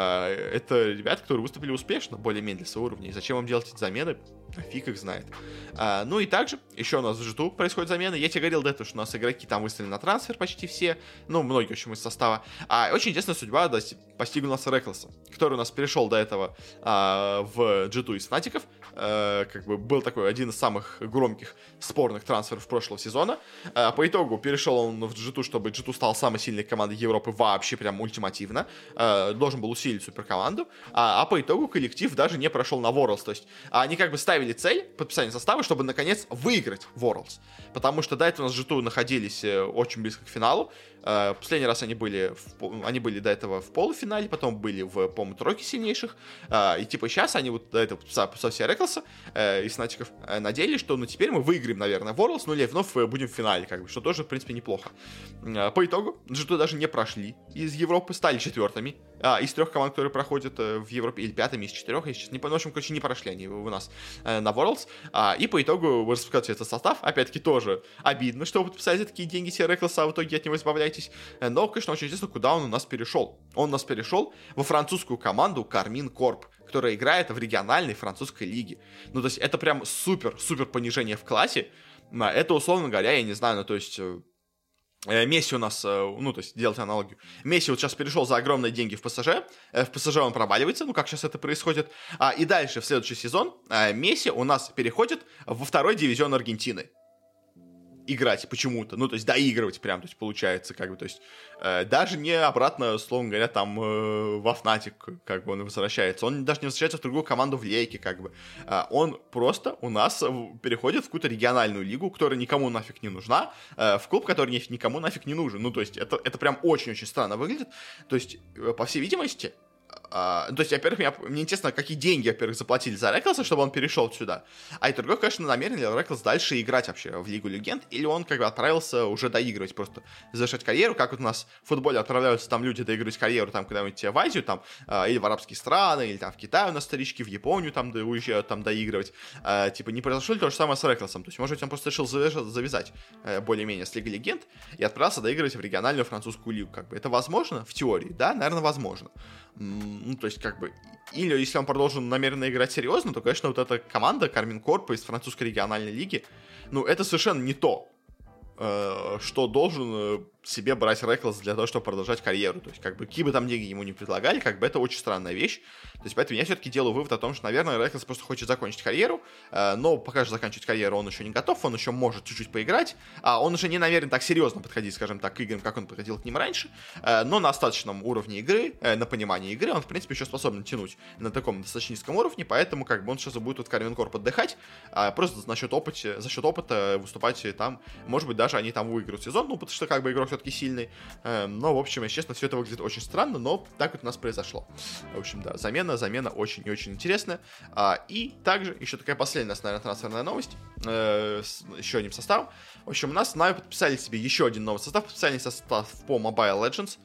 Это ребята, которые выступили успешно, более-менее для своего уровня, и зачем им делать эти замены? Фиг их знает. А, ну и также, еще у нас в джи ту происходит замена. Я тебе говорил до этого, что у нас игроки там выставлены на трансфер почти все. Ну, многие, в общем, из состава. А очень интересная судьба постигла нас Рекласа, который у нас перешел до этого а, в джи ту из Фнатиков. А, как бы был такой один из самых громких спорных трансферов прошлого сезона. А, по итогу перешел он в джи ту, чтобы джи ту стал самой сильной командой Европы вообще прям ультимативно. А, должен был усилить суперкоманду. А, а по итогу коллектив даже не прошел на Worlds. То есть они как бы ставили цель подписания состава, чтобы наконец выиграть Worlds. Потому что до этого у нас джи ту находились очень близко к финалу. Последний раз они были, в, они были до этого в полуфинале, потом были в, по-моему, тройке сильнейших. И типа сейчас они вот до этого со всей Рекласа и Снатиков надеялись, что ну теперь мы выиграем, наверное, Worlds, ну или вновь будем в финале, как бы, что тоже, в принципе, неплохо. По итогу джи ту даже не прошли из Европы, стали четвертыми. А, из трех команд, которые проходят в Европе, или пятыми из четырех, я сейчас не понял, в общем, короче, не прошли они у нас э, на Worlds. А, и по итогу распускается этот состав. Опять-таки тоже обидно, что вы подписали за такие деньги себе Рекласа, а в итоге от него избавляетесь. Но, конечно, очень интересно, куда он у нас перешел. Он у нас перешел во французскую команду Кармин Корп, которая играет в региональной французской лиге. Ну, то есть это прям супер-супер понижение в классе. Это, условно говоря, я не знаю, ну, то есть... Месси у нас, ну, то есть, делать аналогию. Месси вот сейчас перешел за огромные деньги в ПСЖ. В ПСЖ он проваливается, ну, как сейчас это происходит. И дальше, в следующий сезон, Месси у нас переходит во второй дивизион Аргентины. Играть почему-то, ну, то есть, доигрывать прям, то есть, получается, как бы, то есть, э, даже не обратно, словно говоря, там, э, во Фнатик, как бы, он возвращается, он даже не возвращается в другую команду в Лейке, как бы, э, он просто у нас переходит в какую-то региональную лигу, которая никому нафиг не нужна, э, в клуб, который никому нафиг не нужен, ну, то есть, это, это прям очень-очень странно выглядит, то есть, э, по всей видимости, Uh, то есть, во-первых, меня, мне интересно, какие деньги, во-первых, заплатили за Рекласа, чтобы он перешел сюда. А и другой, конечно, намерен ли Реклас дальше играть вообще в Лигу Легенд, или он как бы отправился уже доигрывать, просто завершать карьеру, как вот у нас в футболе отправляются там люди доигрывать карьеру там куда-нибудь в Азию, там, uh, или в арабские страны, или там в Китай у нас старички, в Японию там да, уезжают там доигрывать. Uh, типа, не произошло ли то же самое с Рекласом? То есть, может быть, он просто решил завязать, завязать uh, более-менее с Лигой Легенд и отправился доигрывать в региональную французскую лигу, как бы. Это возможно? В теории, да? Наверное, возможно. Ну, то есть, как бы, или если он продолжит намеренно играть серьезно, то, конечно, вот эта команда Кармин Корп из французской региональной лиги, ну, это совершенно не то, э, что должен себе брать Реклас для того, чтобы продолжать карьеру. То есть, как бы, какие бы там деньги ему не предлагали, как бы, это очень странная вещь. То есть, поэтому я все-таки делаю вывод о том, что, наверное, Реклас просто хочет закончить карьеру, э, но пока же заканчивать карьеру он еще не готов, он еще может чуть-чуть поиграть, а он уже не намерен так серьезно подходить, скажем так, к играм, как он подходил к ним раньше, э, но на остаточном уровне игры, э, на понимании игры, он, в принципе, еще способен тянуть на таком достаточно низком уровне, поэтому, как бы, он сейчас будет вот Кармин Корп отдыхать, э, просто за счет опыта, за счет опыта выступать там, может быть, даже они там выиграют сезон, ну, потому что, как бы, игрок все-таки сильный. Но, в общем, если честно, все это выглядит очень странно, но так вот у нас произошло. В общем, да, замена, замена очень и очень интересная. И также, еще такая последняя, наверное, трансферная новость, с еще одним составом. В общем, у нас с Na'Vi подписали себе еще один новый состав, подписали состав по Mobile Legends,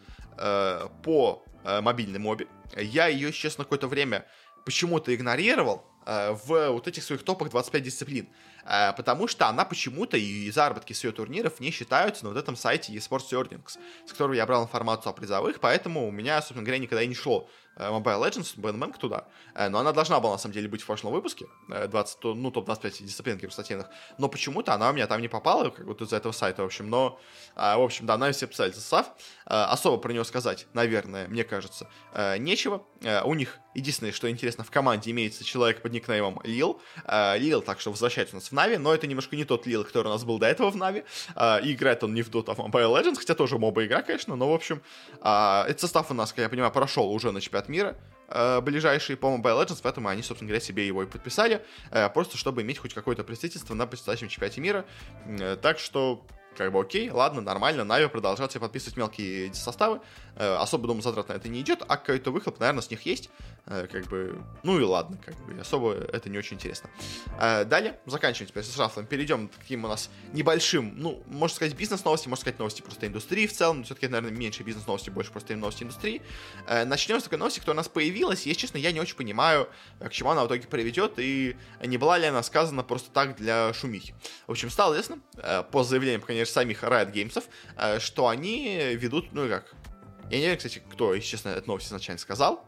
по мобильной моби. Я ее, честно, какое-то время почему-то игнорировал в вот этих своих топах двадцать пять дисциплин. э, потому что она почему-то и заработки с ее турниров не считаются на вот этом сайте eSports Earnings, с которого я брал информацию о призовых, поэтому у меня, собственно говоря, никогда и не шло Mobile Legends, Бэнбэнг туда, но она должна была, на самом деле, быть в прошлом выпуске, двадцать, ну, топ двадцать пять дисциплин киберспортивных, но почему-то она у меня там не попала, как вот из-за этого сайта, в общем, но, в общем, да, она все писали состав, особо про него сказать, наверное, мне кажется, нечего, у них единственное, что интересно, в команде имеется человек под никнеймом Лил, Лил, так что возвращается у нас в Нави, но это немножко не тот Лил, который у нас был до этого в Нави, и играет он не в Dota, а в Mobile Legends, хотя тоже моба-игра, конечно, но, в общем, этот состав у нас, как я понимаю, прошел уже на чемпионат мира, э, ближайшие по Mobile Legends, поэтому они, собственно говоря, себе его и подписали, э, просто чтобы иметь хоть какое-то представительство на предстоящем чемпионате мира, э, так что, как бы окей, ладно, нормально, Нави продолжают себе подписывать мелкие составы, э, особо, думаю, затрат на это не идет, а какой-то выхлоп, наверное, с них есть, э, как бы, ну и ладно, как бы, особо это не очень интересно. Э, далее, заканчиваем теперь с шафлом, перейдем к таким у нас небольшим, ну, можно сказать, бизнес-новости, можно сказать, новости просто индустрии в целом, но все-таки, наверное, меньше бизнес-новости, больше просто новости индустрии. Э, начнем с такой новости, которая у нас появилась, и, если честно, я не очень понимаю, к чему она в итоге приведет, и не была ли она сказана просто так для шумихи. В общем, стало известно, э, по заявлениям, конечно, самих Riot Games, э, что они ведут, ну и как, я не знаю, кстати, кто, если честно, эту новость изначально сказал,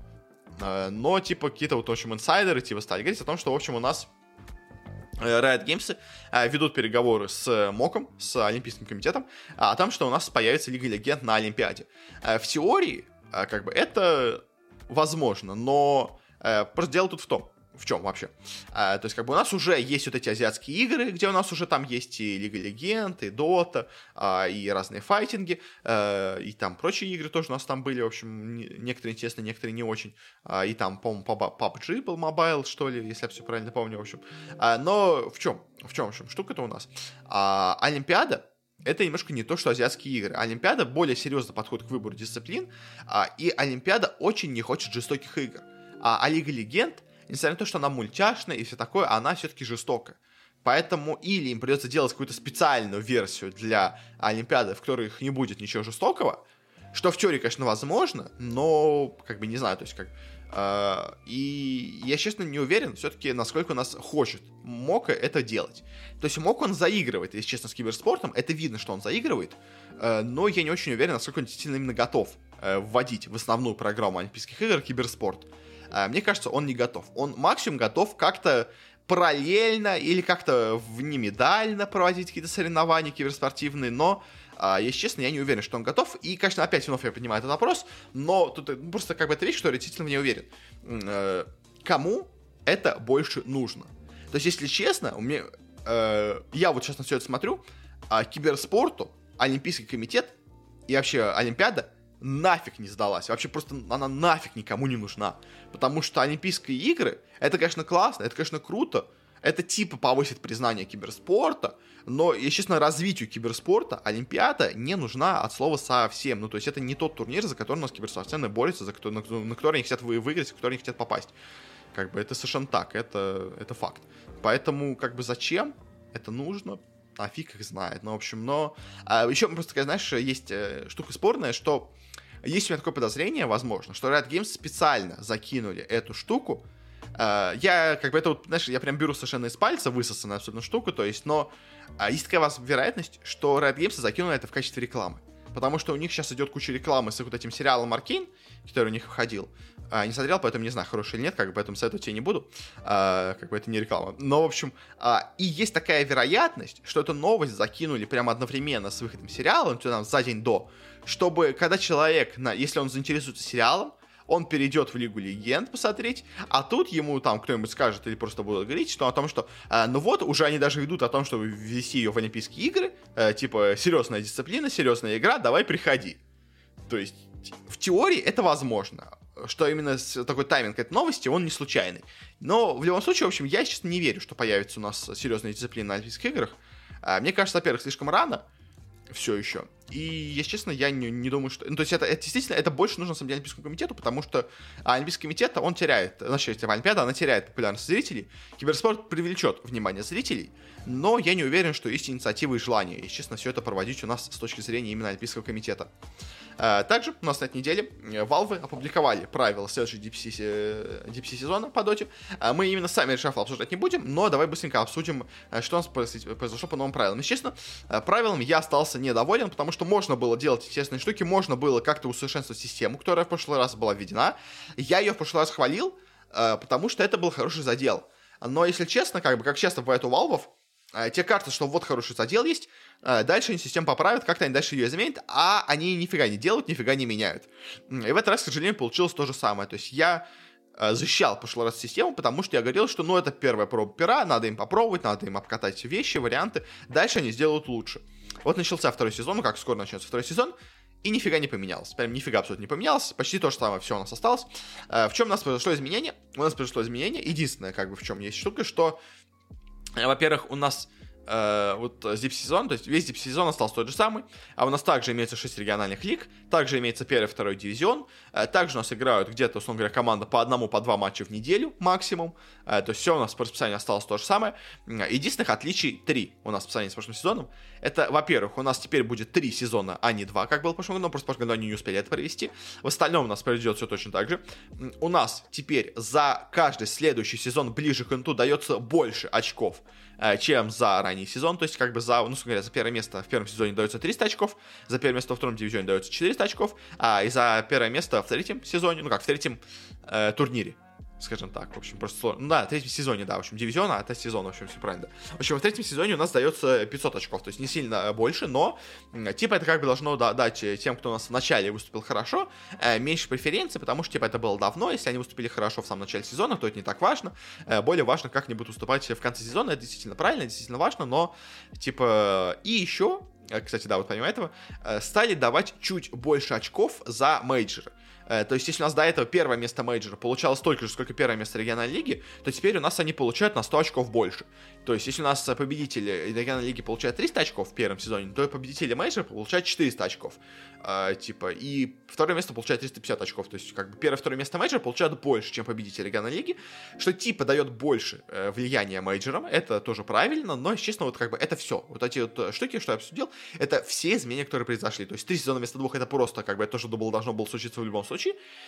э, но, типа, какие-то вот, в общем, инсайдеры, типа, стали говорить о том, что, в общем, у нас Riot Games э, ведут переговоры с МОКом, с Олимпийским комитетом, о том, что у нас появится Лига Легенд на Олимпиаде. Э, в теории, э, как бы, это возможно, но э, просто дело тут в том, в чем вообще? А, то есть, как бы у нас уже есть вот эти азиатские игры, где у нас уже там есть и Лига Легенд, и Дота, а, и разные файтинги, а, и там прочие игры тоже у нас там были, в общем, не, некоторые интересные, некоторые не очень. А, и там, по-моему, пабг был мобайл, что ли, если я все правильно помню, в общем. А, но в чем? В чем, в чем штука-то у нас? А, Олимпиада — это немножко не то, что азиатские игры. Олимпиада более серьезно подходит к выбору дисциплин, а, и Олимпиада очень не хочет жестоких игр. А, а Лига Легенд, несмотря на то, что она мультяшная и все такое, она все-таки жестокая. Поэтому или им придется делать какую-то специальную версию для Олимпиады, в которой их не будет ничего жестокого, что в теории, конечно, возможно, но, как бы, не знаю, то есть, как... Э, и я, честно, не уверен, все-таки, насколько у нас хочет МОКа это делать. То есть, МОК, он заигрывает, если честно, с киберспортом, это видно, что он заигрывает, э, но я не очень уверен, насколько он действительно именно готов э, вводить в основную программу Олимпийских игр киберспорт. Мне кажется, он не готов. Он максимум готов как-то параллельно или как-то внемедально проводить какие-то соревнования киберспортивные, но, если честно, я не уверен, что он готов. И, конечно, опять вновь я поднимаю этот вопрос, но тут просто как бы это вещь, что я действительно не уверен. Кому это больше нужно? То есть, если честно, у меня, я вот сейчас на все это смотрю, киберспорту Олимпийский комитет и вообще Олимпиада нафиг не сдалась. Вообще просто она нафиг никому не нужна. Потому что Олимпийские игры, это, конечно, классно, это, конечно, круто. Это типа повысит признание киберспорта, но, если честно, развитию киберспорта Олимпиада не нужна от слова совсем. Ну, то есть это не тот турнир, за который у нас киберспортсмены борются, за который, на, на который они хотят выиграть, в который они хотят попасть. Как бы это совершенно так, это, это факт. Поэтому, как бы, зачем это нужно? А фиг их знает. Ну, в общем, но... А, еще просто, такая, знаешь, есть э, штука спорная, что есть у меня такое подозрение, возможно, что Riot Games специально закинули эту штуку. Э, я, как бы, это вот, знаешь, я прям беру совершенно из пальца высосанную абсолютно штуку, то есть, но э, есть такая вероятность, что Riot Games закинули это в качестве рекламы. Потому что у них сейчас идет куча рекламы с вот этим сериалом Аркейн, который у них выходил. А, не смотрел, поэтому не знаю, хороший или нет, как бы, поэтому советовать тебе не буду. А, как бы это не реклама. Но, в общем, а, и есть такая вероятность, что эту новость закинули прямо одновременно с выходом сериала, там, за день до, чтобы, когда человек, на, если он заинтересуется сериалом, он перейдет в Лигу Легенд посмотреть, а тут ему там кто-нибудь скажет или просто будут говорить, что о том, что, э, ну вот, уже они даже ведут о том, чтобы ввести ее в Олимпийские игры, э, типа, серьезная дисциплина, серьезная игра, давай приходи. То есть, в теории это возможно, что именно такой тайминг этой новости, он не случайный. Но, в любом случае, в общем, я, честно, не верю, что появится у нас серьезная дисциплина на Олимпийских играх. Э, мне кажется, во-первых, слишком рано, все еще. И, если честно, я не, не думаю, что... Ну, то есть это, это действительно, это больше нужно, на самом деле, Олимпийскому комитету, потому что а, Олимпийский комитет, он теряет, значит, Олимпиада, она теряет популярность зрителей, киберспорт привлечет внимание зрителей, но я не уверен, что есть инициатива и желание, если честно, все это проводить у нас с точки зрения именно Олимпийского комитета. А, также у нас на этой неделе Valve опубликовали правила следующего ди пи си сезона по доте. А, мы именно сами решафл обсуждать не будем, но давай быстренько обсудим, что у нас произошло по новым правилам. Если честно, правилами я остался недоволен, потому что можно было делать интересные штуки, можно было как-то усовершенствовать систему, которая в прошлый раз была введена. Я ее в прошлый раз хвалил, потому что это был хороший задел. Но, если честно, как бы, как часто бывает у Valve, тебе кажется, что вот хороший задел есть, дальше они систему поправят, как-то они дальше ее изменят, а они нифига не делают, нифига не меняют. И в этот раз, к сожалению, получилось то же самое. То есть я защищал в прошлый раз систему, потому что я говорил, что ну это первая проба пера, надо им попробовать, надо им обкатать вещи, варианты, дальше они сделают лучше. Вот начался второй сезон, ну как скоро начнется второй сезон, и нифига не поменялось. Прям нифига абсолютно не поменялось. Почти то же самое все у нас осталось. В чем у нас произошло изменение? У нас произошло изменение. Единственное, как бы в чем есть штука, что, во-первых, у нас э, вот дип-сезон, то есть весь дип-сезон остался тот же самый, а у нас также имеется шесть региональных лиг, также имеется первый, второй дивизион, э, также у нас играют где-то, условно говоря, команда по одному, по два матча в неделю максимум, э, то есть все у нас по расписанию осталось то же самое. Единственных отличий три у нас по сравнению с прошлым сезоном. Это, во-первых, у нас теперь будет три сезона, а не два, как было в прошлом году, но просто в прошлом году они не успели это провести. В остальном у нас пройдет все точно так же. У нас теперь за каждый следующий сезон ближе к инту дается больше очков, чем за ранний сезон. То есть, как бы за, ну, говоря, за первое место в первом сезоне дается триста очков, за первое место во втором дивизионе дается четыреста очков, а и за первое место в третьем сезоне, ну как, в третьем э, турнире, скажем так, в общем, просто сложно. Ну да, в третьем сезоне, да, в общем, дивизиона, а это сезон, в общем, все правильно. Да. В общем, в третьем сезоне у нас дается пятьсот очков, то есть не сильно больше, но типа это как бы должно дать тем, кто у нас в начале выступил хорошо, меньше преференций, потому что типа это было давно, если они выступили хорошо в самом начале сезона, то это не так важно. Более важно, как они будут выступать в конце сезона, это действительно правильно, действительно важно, но типа и еще, кстати, да, вот помимо этого, стали давать чуть больше очков за мейджоры. То есть, если у нас до этого первое место мейджора получалось столько же, сколько первое место региональной лиги, то теперь у нас они получают на сто очков больше. То есть, если у нас победители региональной лиги получают триста очков в первом сезоне, то победители мейджора получают четыреста очков. А, типа, и второе место получает триста пятьдесят очков. То есть, как бы, первое и второе место мейджора получают больше, чем победители региональной лиги, что типа дает больше э, влияния мейджорам. Это тоже правильно, но, честно, вот как бы это все. Вот эти вот штуки, что я обсудил, это все изменения, которые произошли. То есть, три сезона вместо двух, это просто, как бы, это тоже было, должно было случиться в любом случае.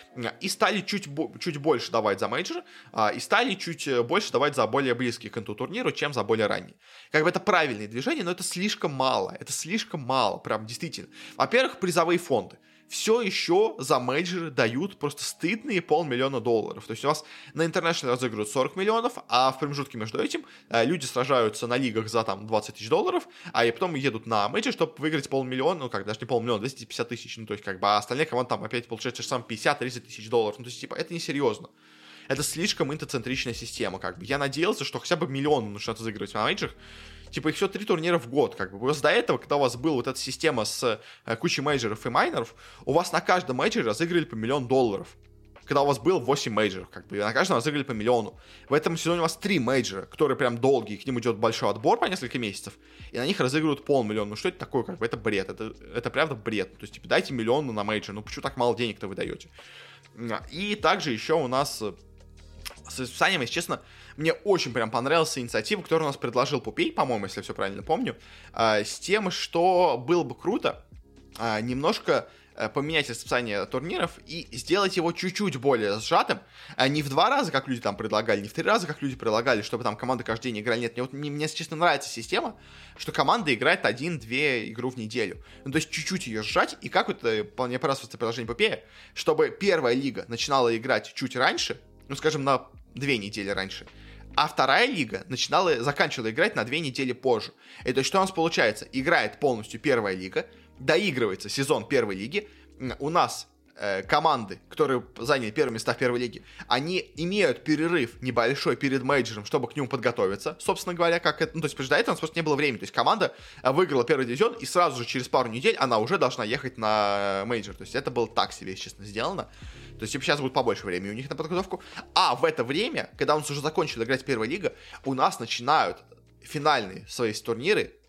И стали чуть, чуть больше давать за мейджор, и стали чуть больше давать за более близкие к инту турниру, чем за более ранние. Как бы это правильное движение, но это слишком мало. Это слишком мало, прям действительно. Во-первых, призовые фонды. Все еще за мейджоры дают просто стыдные полмиллиона долларов. То есть у вас на интернешнл разыгрывают сорок миллионов, а в промежутке между этим люди сражаются на лигах за там двадцать тысяч долларов, а и потом едут на мейджор, чтобы выиграть полмиллиона, ну как, даже не полмиллиона, двести пятьдесят тысяч, ну то есть как бы, а остальные команды там опять получают те же самые пятьдесят-тридцать тысяч долларов. Ну то есть типа это несерьезно. Это слишком интоцентричная система, как бы. Я надеялся, что хотя бы миллион начнут разыгрывать на мейджорах. Типа их все три турнира в год, как бы. Просто до этого, когда у вас была вот эта система с э, кучей мейджоров и майнеров, у вас на каждом мейджоре разыгрывали по миллион долларов. Когда у вас было восемь мейджоров, как бы, и на каждом разыгрывали по миллиону. В этом сезоне у вас три мейджора, которые прям долгие, к ним идет большой отбор по несколько месяцев, и на них разыгрывают полмиллиона. Ну что это такое, как бы, это бред, это, это правда бред. То есть, типа, дайте миллион на мейджор, ну почему так мало денег-то вы даете? И также еще у нас с расписанием, если честно, мне очень прям понравилась инициатива, которую у нас предложил Пупей, по-моему, если я все правильно помню, э, с тем, что было бы круто э, немножко э, поменять расписание турниров и сделать его чуть-чуть более сжатым, э, не в два раза, как люди там предлагали, не в три раза, как люди предлагали, чтобы там команды каждый день играли. Нет, мне, вот, мне, мне если честно, нравится система, что команда играет один-две игру в неделю. Ну, то есть чуть-чуть ее сжать, и как вот, мне понравилось предложение Пупея, чтобы первая лига начинала играть чуть раньше, ну, скажем, на две недели раньше, а вторая лига начинала, заканчивала играть на две недели позже. И то есть что у нас получается? Играет полностью первая лига, доигрывается сезон первой лиги, у нас э, команды, которые заняли первые места в первой лиге, они имеют перерыв небольшой перед мейджором, чтобы к нему подготовиться, собственно говоря, как это, ну, то есть, до этого у нас просто не было времени, то есть команда выиграла первый дивизион, и сразу же через пару недель она уже должна ехать на мейджор, то есть это было так себе, если честно, сделано. То есть, типа, сейчас будет побольше времени у них на подготовку. А в это время, когда у нас уже закончила играть первая лига, у нас начинают финальные свои турниры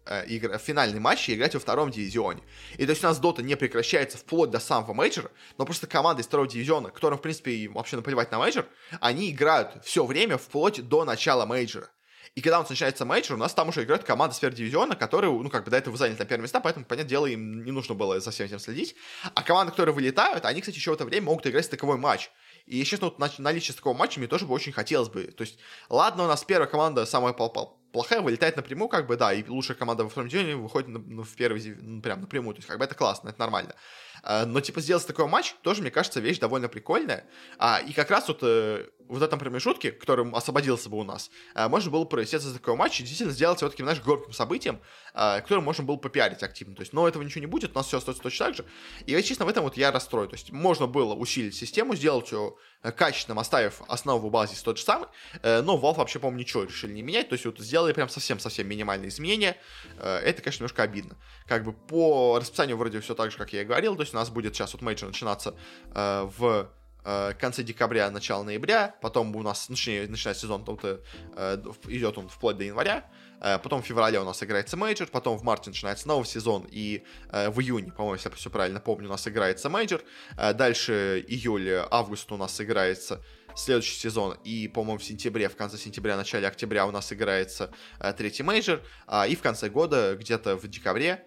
э, игр, финальные матчи играть во втором дивизионе. И то есть у нас Dota не прекращается вплоть до самого мейджора, но просто команды из второго дивизиона, которым, в принципе, вообще наплевать на мейджор, они играют все время вплоть до начала мейджора. И когда у нас начинается мейджор, у нас там уже играют команды сверхдивизиона, которые, ну, как бы до этого заняли там первые места, поэтому, понятное дело, им не нужно было за всем этим следить. А команды, которые вылетают, они, кстати, еще в это время могут играть стыковой матч. И, честно, вот наличие такого матча мне тоже бы очень хотелось бы. То есть, ладно, у нас первая команда самая плохая, вылетает напрямую, как бы, да, и лучшая команда во втором дивизионе выходит на, ну, в первый, ну, прям напрямую. То есть, как бы, это классно, это нормально. Но, типа, сделать такой матч тоже, мне кажется, вещь довольно прикольная. А, и как раз вот, э, вот в этом промежутке, который освободился бы у нас, э, можно было провести за такой матч и действительно сделать его таким, знаешь, громким событием, э, которым можно было попиарить активно. То есть, но этого ничего не будет, у нас все остается точно так же. И, если честно, в этом вот я расстроен. То есть, можно было усилить систему, сделать ее качественным, оставив основу базис тот же самый, э, но Valve вообще, по-моему, ничего решили не менять. То есть, вот сделали прям совсем-совсем минимальные изменения. Э, это, конечно, немножко обидно. Как бы по расписанию вроде все так же, как я и говорил. То есть, у нас будет сейчас вот мейджор начинаться э, в э, конце декабря, начало ноября, потом у нас, точнее, начинается сезон, то э, идет он вплоть до января, э, потом в феврале у нас играется мейджор, потом в марте начинается новый сезон, и э, в июне, по-моему, если я все правильно помню, у нас играется мейджор, э, дальше июль-август у нас играется следующий сезон, и, по-моему, в сентябре, в конце сентября, начале октября у нас играется э, третий мейджор, э, и в конце года, где-то в декабре,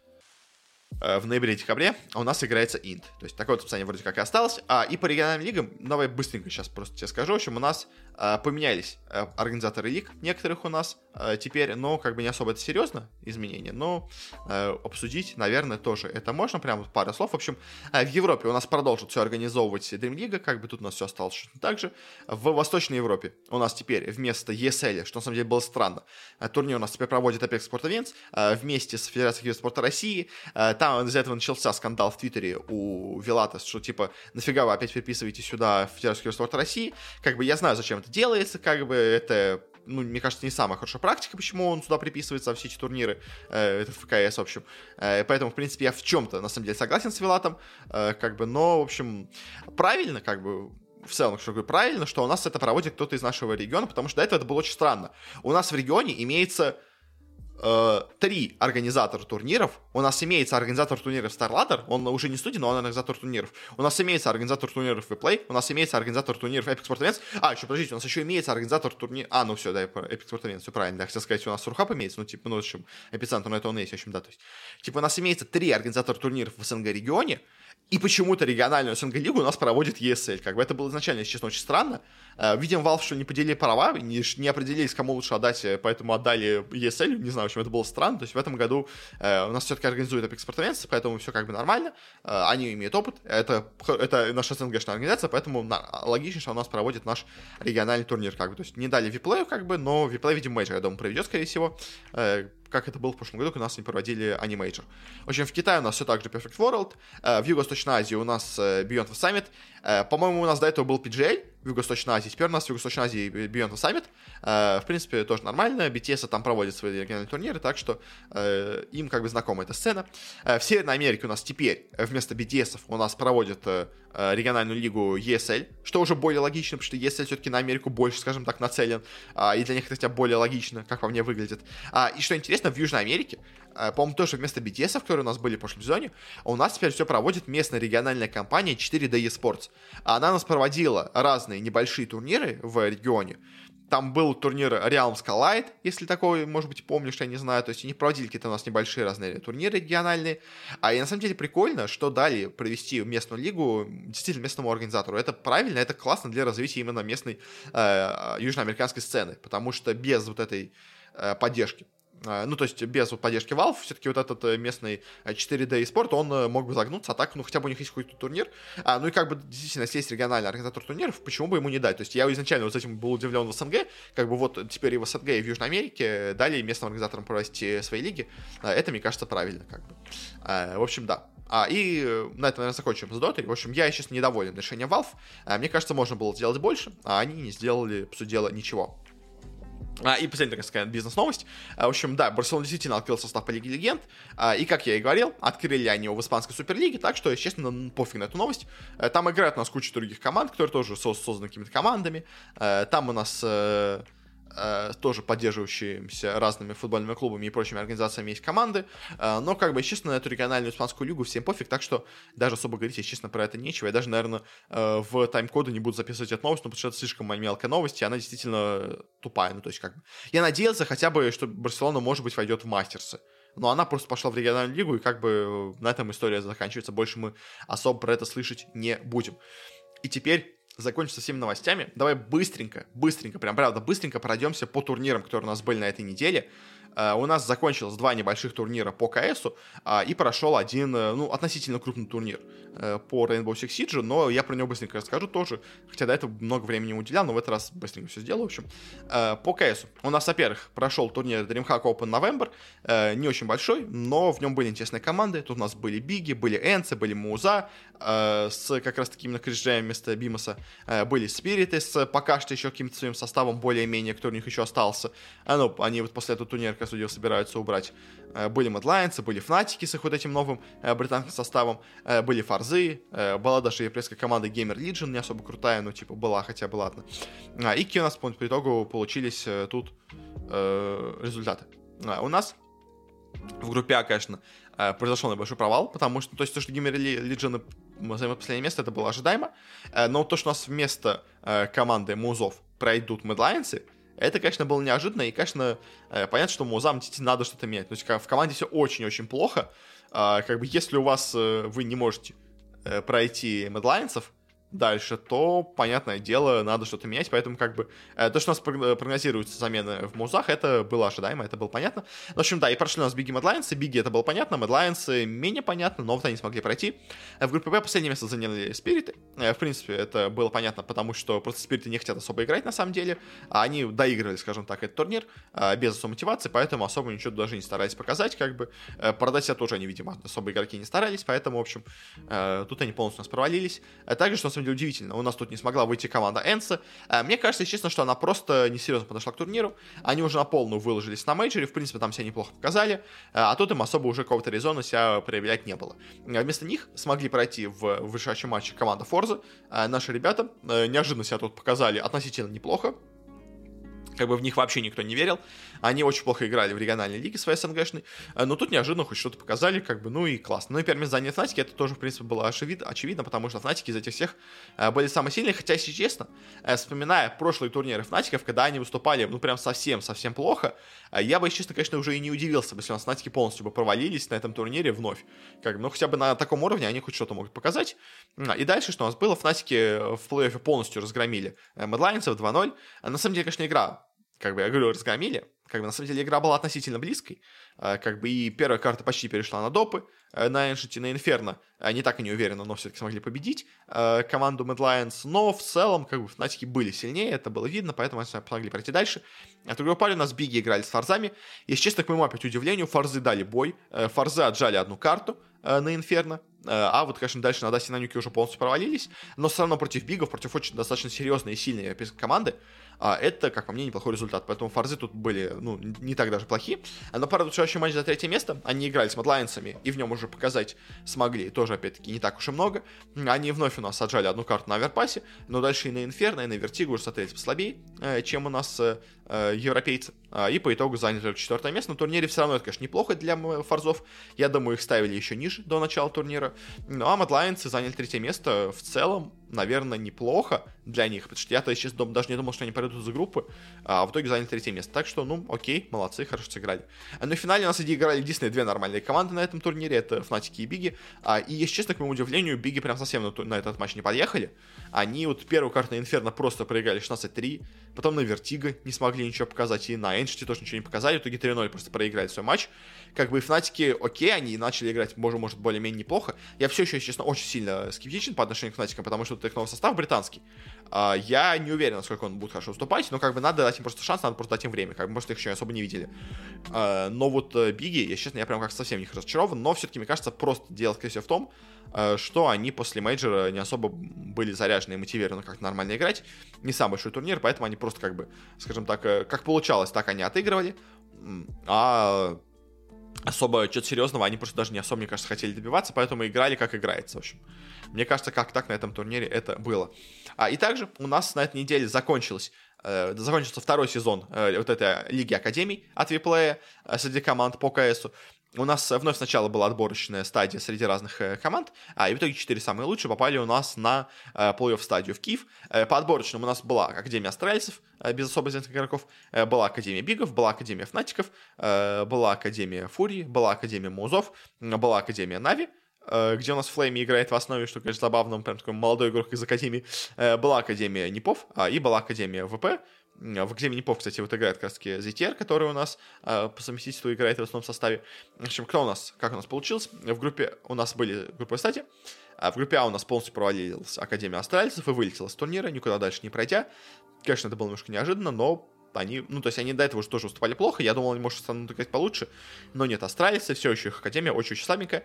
в ноябре-декабре у нас играется Инт. То есть такое вот расписание вроде как и осталось. А, и по региональным лигам, давай быстренько сейчас просто тебе скажу. В общем, у нас а, поменялись а, организаторы лиг некоторых у нас а, теперь, но как бы не особо это серьезно изменения, но а, обсудить, наверное, тоже это можно. Прям вот пару слов. В общем, а, в Европе у нас продолжит все организовывать Dream League, как бы тут у нас все осталось так же. В Восточной Европе у нас теперь вместо и эс эл, что на самом деле было странно, турнир у нас теперь проводит Apex Sport Events а, вместе с Федерацией киберспорта России. А, там из-за этого начался скандал в Твиттере у Вилатес, что типа, нафига вы опять переписываете сюда Федерацию киберспорта России? Как бы я знаю, зачем это делается, как бы это, ну, мне кажется, не самая хорошая практика, почему он сюда приписывается, все эти турниры, э, это в ФКС, в общем. Э, поэтому, в принципе, я в чем-то, на самом деле, согласен с Вилатом, э, как бы, но, в общем, правильно, как бы, в целом, что говорю, правильно, что у нас это проводит кто-то из нашего региона, потому что до этого это было очень странно. У нас в регионе имеется три организатора турниров. У нас имеется организатор турниров StarLadder, он уже не студия, но он организатор турниров. У нас имеется организатор турниров WePlay, у нас имеется организатор турниров Epic Sport Events. А, еще, подождите, у нас еще имеется организатор турниров... А, ну все, да, Epic Sport Events, все правильно. Я хотел сказать, у нас Сурхаб имеется, ну, типа, ну, в общем, эпицентр, но это он есть, в общем, да, то есть. Типа, у нас имеется три организатора турниров в СНГ-регионе, и почему-то региональную СНГ-лигу у нас проводит и эс эл. Как бы это было изначально, если честно, очень странно. Видим, Valve, что не поделили права, не, не определились, кому лучше отдать, поэтому отдали и эс эл. Не знаю, в общем, это было странно. То есть в этом году э, у нас все-таки организуют Apex Sport Events, поэтому все как бы нормально. Э, они имеют опыт. Это, это наша СНГшная организация, поэтому на, логично, что у нас проводит наш региональный турнир. Как бы. То есть не дали Виплею, как бы, но Виплей, видимо, мейджор, я думаю, проведет, скорее всего. Э, как это было в прошлом году, когда у нас не проводили анимейджор. В общем, в Китае у нас все так же Perfect World, в Юго-Восточной Азии у нас Beyond the Summit, по-моему, у нас до этого был пи джи эл в Юго-Восточной Азии, теперь у нас в Юго-Восточной Азии Beyond the Summit, в принципе, тоже нормально, би ти эс там проводят свои региональные турниры, так что им как бы знакома эта сцена. В Северной Америке у нас теперь вместо би ти эс у нас проводят региональную лигу и эс эл, что уже более логично, потому что и эс эл все-таки на Америку больше, скажем так, нацелен, и для них это хотя бы более логично, как по мне выглядит. И что интересно, в Южной Америке, по-моему, тоже вместо би ти эс, которые у нас были в прошлом сезоне, у нас теперь все проводит местная региональная компания четыре дэ eSports. Она у нас проводила разные небольшие турниры в регионе. Там был турнир Realms Collide, если такой, может быть, помнишь, я не знаю. То есть они проводили какие-то у нас небольшие разные турниры региональные. А и на самом деле прикольно, что дали провести местную лигу действительно местному организатору. Это правильно, это классно для развития именно местной э, южноамериканской сцены. Потому что без вот этой э, поддержки, ну, то есть без вот поддержки Valve, все-таки вот этот местный четыре дэ eSport, он мог бы загнуться, а так, ну, хотя бы у них есть какой-то турнир. А, ну, и как бы, действительно, если есть региональный организатор турниров, почему бы ему не дать? То есть я изначально вот с этим был удивлен в СНГ, как бы вот теперь и в СНГ, и в Южной Америке дали местным организаторам провести свои лиги. Это, мне кажется, правильно, как бы. А, в общем, да. А, и на этом, наверное, закончим с Дотой. В общем, я, честно, недоволен решением Valve. А, мне кажется, можно было сделать больше, а они не сделали, по сути дела, ничего. А, и последняя, так сказать, бизнес-новость. А, в общем, да, Барселона действительно открыл состав по Лиге Легенд. А, и, как я и говорил, открыли они его в испанской Суперлиге, так что, честно, пофиг на эту новость. А, там играют у нас куча других команд, которые тоже со- созданы какими-то командами. А, там у нас... э, тоже поддерживающимися разными футбольными клубами и прочими организациями есть команды, э, но, как бы, естественно, на эту региональную испанскую лигу всем пофиг, так что даже особо говорить, если честно, про это нечего. Я даже, наверное, э, в тайм-коды не буду записывать эту новость, ну, потому что это слишком мелкая новость, и она действительно тупая, ну, то есть, как бы, я надеялся хотя бы, что Барселона, может быть, войдет в мастерсы. Но она просто пошла в региональную лигу, и как бы на этом история заканчивается. Больше мы особо про это слышать не будем. И теперь, закончив со всеми новостями, давай быстренько, быстренько, прям правда, быстренько пройдемся по турнирам, которые у нас были на этой неделе. Uh, у нас закончилось два небольших турнира по КСу, uh, и прошел один, uh, ну, относительно крупный турнир uh, по Rainbow Six Siege, но я про него быстренько расскажу тоже, хотя до этого много времени уделял, но в этот раз быстренько все сделаю, в общем. Uh, по КСу у нас, во-первых, прошел турнир DreamHack Open November, uh, не очень большой, но в нем были интересные команды, тут у нас были Биги, были Энцы, были Муза, uh, с как раз таки именно Крижаем вместо Бимоса, uh, были Спириты с пока что еще каким-то своим составом более-менее, который у них еще остался, uh, ну, они вот после этого турнира, как судил, собираются убрать. Были Mad Lions, были Фнатики с их вот этим новым э, британским составом, э, были Фарзы, э, была даже европейская команда Gamer Legion, не особо крутая, но типа была, хотя бы ладно. А, и какие у нас по, по итогу получились э, тут э, результаты. А, у нас в группе А, конечно, э, произошел небольшой провал, потому что, то есть то, что Gamer Legion займет последнее место, это было ожидаемо, э, но то, что у нас вместо э, команды Музов пройдут Mad Lions, это, конечно, было неожиданно, и, конечно, понятно, что Музам надо что-то менять. То есть в команде все очень-очень плохо. Как бы, если у вас вы не можете пройти Mad Lions'ов дальше, то, понятное дело, надо что-то менять, поэтому, как бы, то, что у нас прогнозируются замены в Музах, это было ожидаемо, это было понятно. В общем, да, и прошли у нас Биги Mad Lions, и Биги это было понятно, Mad Lions менее понятно, но вот они смогли пройти. В группе Б последнее место заняли Спириты, в принципе, это было понятно, потому что просто Спириты не хотят особо играть, на самом деле, они доигрывали, скажем так, этот турнир без особой мотивации, поэтому особо ничего даже не старались показать, как бы, продать себя тоже они, видимо, особо игроки не старались, поэтому, в общем, тут они полностью у нас провалились. Также, что на самом деле удивительно, у нас тут не смогла выйти команда Энса. Мне кажется, если честно, что она просто несерьезно подошла к турниру. Они уже на полную выложились на мейджоре, в принципе, там себя неплохо показали, а тут им особо уже какого-то резона себя проявлять не было. Вместо них смогли пройти в вышедшем матче команда Forza. Наши ребята неожиданно себя тут показали относительно неплохо. Как бы в них вообще никто не верил. Они очень плохо играли в региональной лиге своей СНГшной, но тут неожиданно хоть что-то показали, как бы, ну и классно. Ну и первое место заняли Фнатики, это тоже, в принципе, было очевидно, очевидно, потому что Фнатики из этих всех были самые сильные, хотя, если честно, вспоминая прошлые турниры Фнатиков, когда они выступали, ну, прям совсем-совсем плохо, я бы, если честно, конечно, уже и не удивился бы, если у нас Фнатики полностью бы провалились на этом турнире вновь. Как бы, ну, хотя бы на таком уровне они хоть что-то могут показать. И дальше, что у нас было, Фнатики в плей-оффе полностью разгромили Mad Lions'ов два ноль. На самом деле, конечно, игра, как бы, я говорю, разгромили. Как бы, на самом деле, игра была относительно близкой. Как бы, и первая карта почти перешла на допы. На Эншити, на Инферно они так и не уверенно, но все-таки смогли победить команду Mad Lions. Но в целом, как бы, Фнатики были сильнее, это было видно, поэтому они смогли пройти дальше. А в другой паре у нас Биги играли с Фарзами. Если честно, к моему опять удивлению, Фарзы дали бой. Фарзы отжали одну карту на Инферно. А вот, конечно, дальше на Дасте на Нюке уже полностью провалились. Но все равно против Бигов, против очень достаточно серьезной и сильной европейской команды, это, как по мне, неплохой результат. Поэтому Фарзы тут были, ну, не так даже плохи. Но пара решающий матч за третье место. Они играли с Mad Lions'ами и в нем уже показать смогли. Тоже, опять-таки, не так уж и много. Они вновь у нас отжали одну карту на Аверпасе. Но дальше и на Инферно, и на Вертигу уже смотрелись послабее, чем у нас европейцы. И по итогу заняли только четвертое место. На турнире все равно это, конечно, неплохо для Фарзов. Я думаю, их ставили еще ниже до начала турнира. Ну а Mad Lions заняли третье место. В целом, наверное, неплохо для них. Потому что я-то, если честно, даже не думал, что они пройдут из группы. А в итоге заняли третье место. Так что, ну, окей, молодцы, хорошо сыграли. Но в финале у нас играли единственные две нормальные команды на этом турнире. Это Фнатики и Биги. И, если честно, к моему удивлению, Биги прям совсем на, на этот матч не подъехали. Они вот первую карту на Инферно просто проиграли шестнадцать три. Потом на Вертиго не смогли ничего показать. И на Эншити тоже ничего не показали. В итоге три ноль просто проиграли свой матч. Как бы и Фнатики, окей, они начали играть, может, может более-менее неплохо. Я все еще, если честно, очень сильно скептичен по отношению к Фнатикам, потому что это их новый состав британский. Я не уверен, насколько он будет хорошо выступать, но как бы надо дать им просто шанс, надо просто дать им время. Как бы, может, их еще особо не видели. Но вот Биги, если честно, я прям как совсем в них разочарован. Но все-таки, мне кажется, просто дело, скорее всего, в том, что они после мейджора не особо были заряжены и мотивированы как нормально играть. Не самый большой турнир, поэтому они просто как бы, скажем так, как получалось, так они отыгрывали. А особо чего-то серьезного они просто даже не особо, мне кажется, хотели добиваться, поэтому играли как играется, в общем. Мне кажется, как так на этом турнире это было. А, и также у нас на этой неделе закончилась э, закончился второй сезон э, вот этой Лиги Академий от Виплея э, среди команд по КСу. У нас вновь сначала была отборочная стадия среди разных э, команд, а и в итоге четыре самые лучшие попали у нас на э, плей-офф стадию в Киев. Э, по отборочным у нас была Академия Астральцев, э, без особо известных игроков, э, была Академия Бигов, была Академия Фнатиков, э, была Академия Фурии, была Академия Музов, была Академия Нави, э, где у нас Флейми играет в основе, что, конечно, забавно, он прям такой молодой игрок из Академии. Э, была Академия Непов, э, и была Академия ВП. В Академии Непов, кстати, вот играет как раз таки зэ тэ эр, который у нас э, по совместительству играет в основном составе. В общем, кто у нас, как у нас получилось? В группе у нас были групповые стадии, а в группе А у нас полностью провалилась Академия Астральцев и вылетела с турнира, никуда дальше не пройдя. Конечно, это было немножко неожиданно, но они, ну, то есть они до этого уже тоже выступали плохо, я думал, они, может, станут играть получше, но нет, астральцы, все еще их Академия очень-очень слабенькая.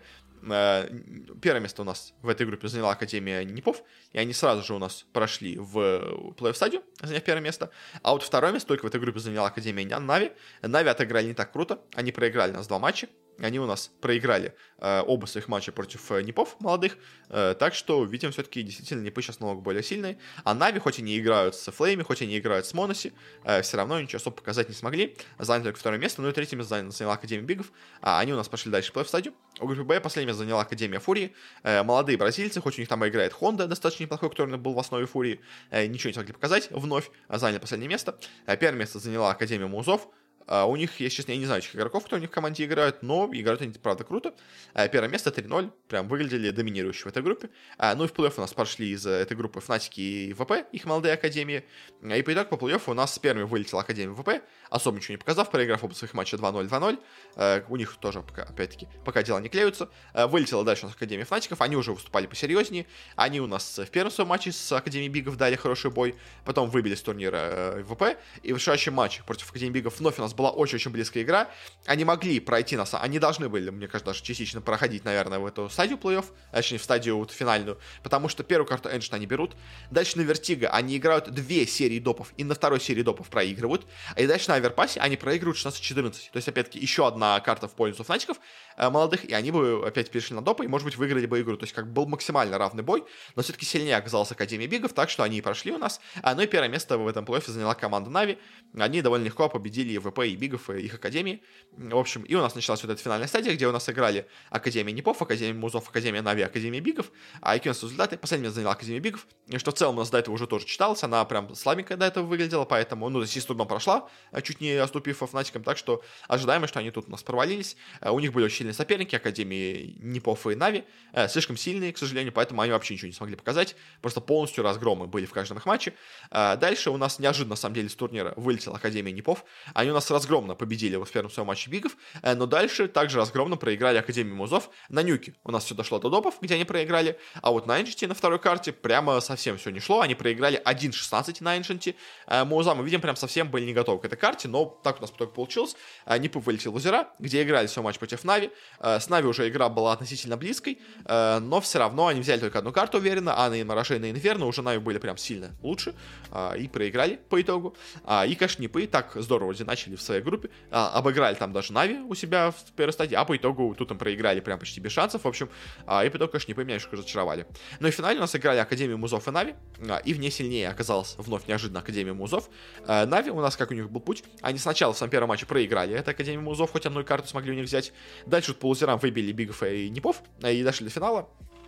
Первое место у нас в этой группе заняла Академия Непов, и они сразу же у нас прошли в плей-офф стадию, заняв первое место, а вот второе место только в этой группе заняла Академия Нави. Нави отыграли не так круто, они проиграли у нас два матча, они у нас проиграли э, оба своих матча против э, Непов молодых, э, так что, видим, все-таки действительно Непы сейчас намного более сильные, а Нави, хоть и не играют с Флейми, хоть и не играют с Моноси, э, все равно ничего особо показать не смогли, заняли только второе место, ну и третье место заняла Академия Бигов, а они у нас пошли дальше в плей-офф стадию. У группы Б последнее место заняла Академия Фурии, э, молодые бразильцы, хоть у них там играет Хонда, достаточно неплохой, который был в основе Фурии, э, ничего не смогли показать, вновь заняли последнее место, э, первое место заняла Академия Музов. Uh, у них, если честно, я не знаю, этих игроков, кто у них в команде играют, но играют они, правда, круто. Uh, первое место три ноль, прям выглядели доминирующие в этой группе. Uh, ну и в плей-офф у нас прошли из этой группы Фнатики и ВП, их молодые академии. Uh, и по итогу по плей-оффу у нас с первыми вылетела Академия ВП, особо ничего не показав, проиграв оба своих матча два ноль два ноль. Uh, у них тоже, пока, опять-таки, пока дела не клеются. Uh, вылетела дальше у нас Академия Фнатиков, они уже выступали посерьезнее. Они у нас в первом своем матче с Академией Бигов дали хороший бой, потом выбили с турнира uh, ВП. И в решающем матче против Академии Бигов вновь у нас была очень-очень близкая игра. Они могли пройти нас, они должны были, мне кажется, даже частично проходить, наверное, в эту стадию плей-офф, точнее, в стадию вот финальную, потому что первую карту Эншн они берут, дальше на Вертиго они играют две серии допов, и на второй серии допов проигрывают, и дальше на Аверпасе они проигрывают шестнадцать четырнадцать, то есть, опять-таки, еще одна карта в пользу Фнатиков э, молодых, и они бы опять перешли на допы, и, может быть, выиграли бы игру, то есть, как бы был максимально равный бой, но все-таки сильнее оказалась Академия Бигов, так что они и прошли у нас, а, ну и первое место в этом плей-оффе заняла команда Нави, они довольно легко победили и ВП, и Бигов, и их Академии. В общем, и у нас началась вот эта финальная стадия, где у нас играли Академия Непов, Академия Музов, Академия Нави, Академия Бигов, а какие у нас результаты? Последний место заняла Академия Бигов, и что в целом у нас до этого уже тоже читалось, она прям слабенькая до этого выглядела, поэтому, ну, то есть, с трудом прошла, чуть не оступив Фнатикам, так что ожидаемо, что они тут у нас провалились. У них были очень сильные соперники, Академии Непов и Нави, слишком сильные, к сожалению, поэтому они вообще ничего не смогли показать, просто полностью разгромы были в каждом их матче. Дальше у нас неожиданно, на самом деле, с турнира вылетела Академия Непов, они у нас разгромно победили вот в первом своем матче Бигов, но дальше также разгромно проиграли Академию Музов на Нюке. У нас все дошло до допов, где они проиграли, а вот на Эншенте на второй карте прямо совсем все не шло, они проиграли один шестнадцать на Эншенте. Муза, мы видим, прям совсем были не готовы к этой карте, но так у нас потом получилось. Непы вылетел в озера, где играли свой матч против Нави. С Нави уже игра была относительно близкой, но все равно они взяли только одну карту уверенно, а на Инмараше и на Инферно уже Нави были прям сильно лучше и проиграли по итогу. И, конечно, Непы так здорово начали в своей группе, обыграли там даже Нави у себя в первой стадии, а по итогу тут им проиграли прям почти без шансов, в общем, и по итогу, конечно, Непы меня немножко разочаровали. Ну и в финале у нас играли Академию Музов и Нави, и в ней сильнее оказалась вновь неожиданно Академия Музов. Нави у нас, как у них был путь, они сначала в самом первом матче проиграли, это Академия Музов, хоть одну карту смогли у них взять, дальше вот по лузерам выбили Бигов и Непов, и дошли до финала,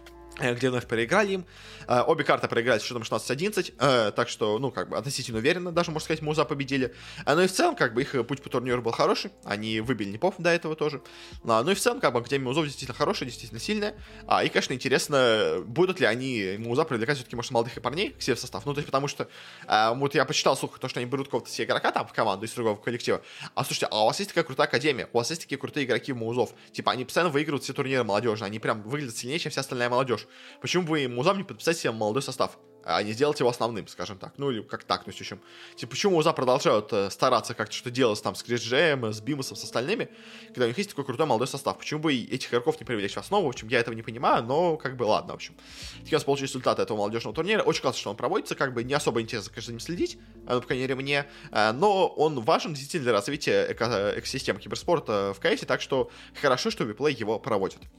где вновь проиграли им. Э, обе карты проиграли с счетом шестнадцать одиннадцать, э, так что, ну, как бы, относительно уверенно, даже, можно сказать, Муза победили. Э, ну и в целом, как бы, их путь по турниру был хороший, они выбили Непов до этого тоже. А, ну и в целом, как бы, Академия Музов действительно хорошая, действительно сильная. А, и, конечно, интересно, будут ли они, Муза, привлекать все-таки, может, молодых и парней к себе в состав. Ну, то есть, потому что, э, вот я почитал слух, то, что они берут какого-то себе игрока там в команду из другого коллектива. А, слушайте, а у вас есть такая крутая Академия, у вас есть такие крутые игроки в Музов. Типа, они постоянно выигрывают все турниры молодежные, они прям выглядят сильнее, чем вся остальная молодежь. Почему бы Музам не подписать себе молодой состав, а не сделать его основным, скажем так, ну или как так, то есть, в общем, типа, почему Муза продолжают э, стараться как-то что-то делать там с Криджеем, с Бимусом, с остальными, когда у них есть такой крутой молодой состав, почему бы этих игроков не привлечь в основу, в общем, я этого не понимаю, но как бы ладно, в общем. Такие у нас получились результаты этого молодежного турнира, очень классно, что он проводится, как бы не особо интересно, конечно, за ним следить, ну, по крайней мере, мне, но он важен действительно для развития эко- экосистемы киберспорта в КСе, так что хорошо, что Виплей его проводит.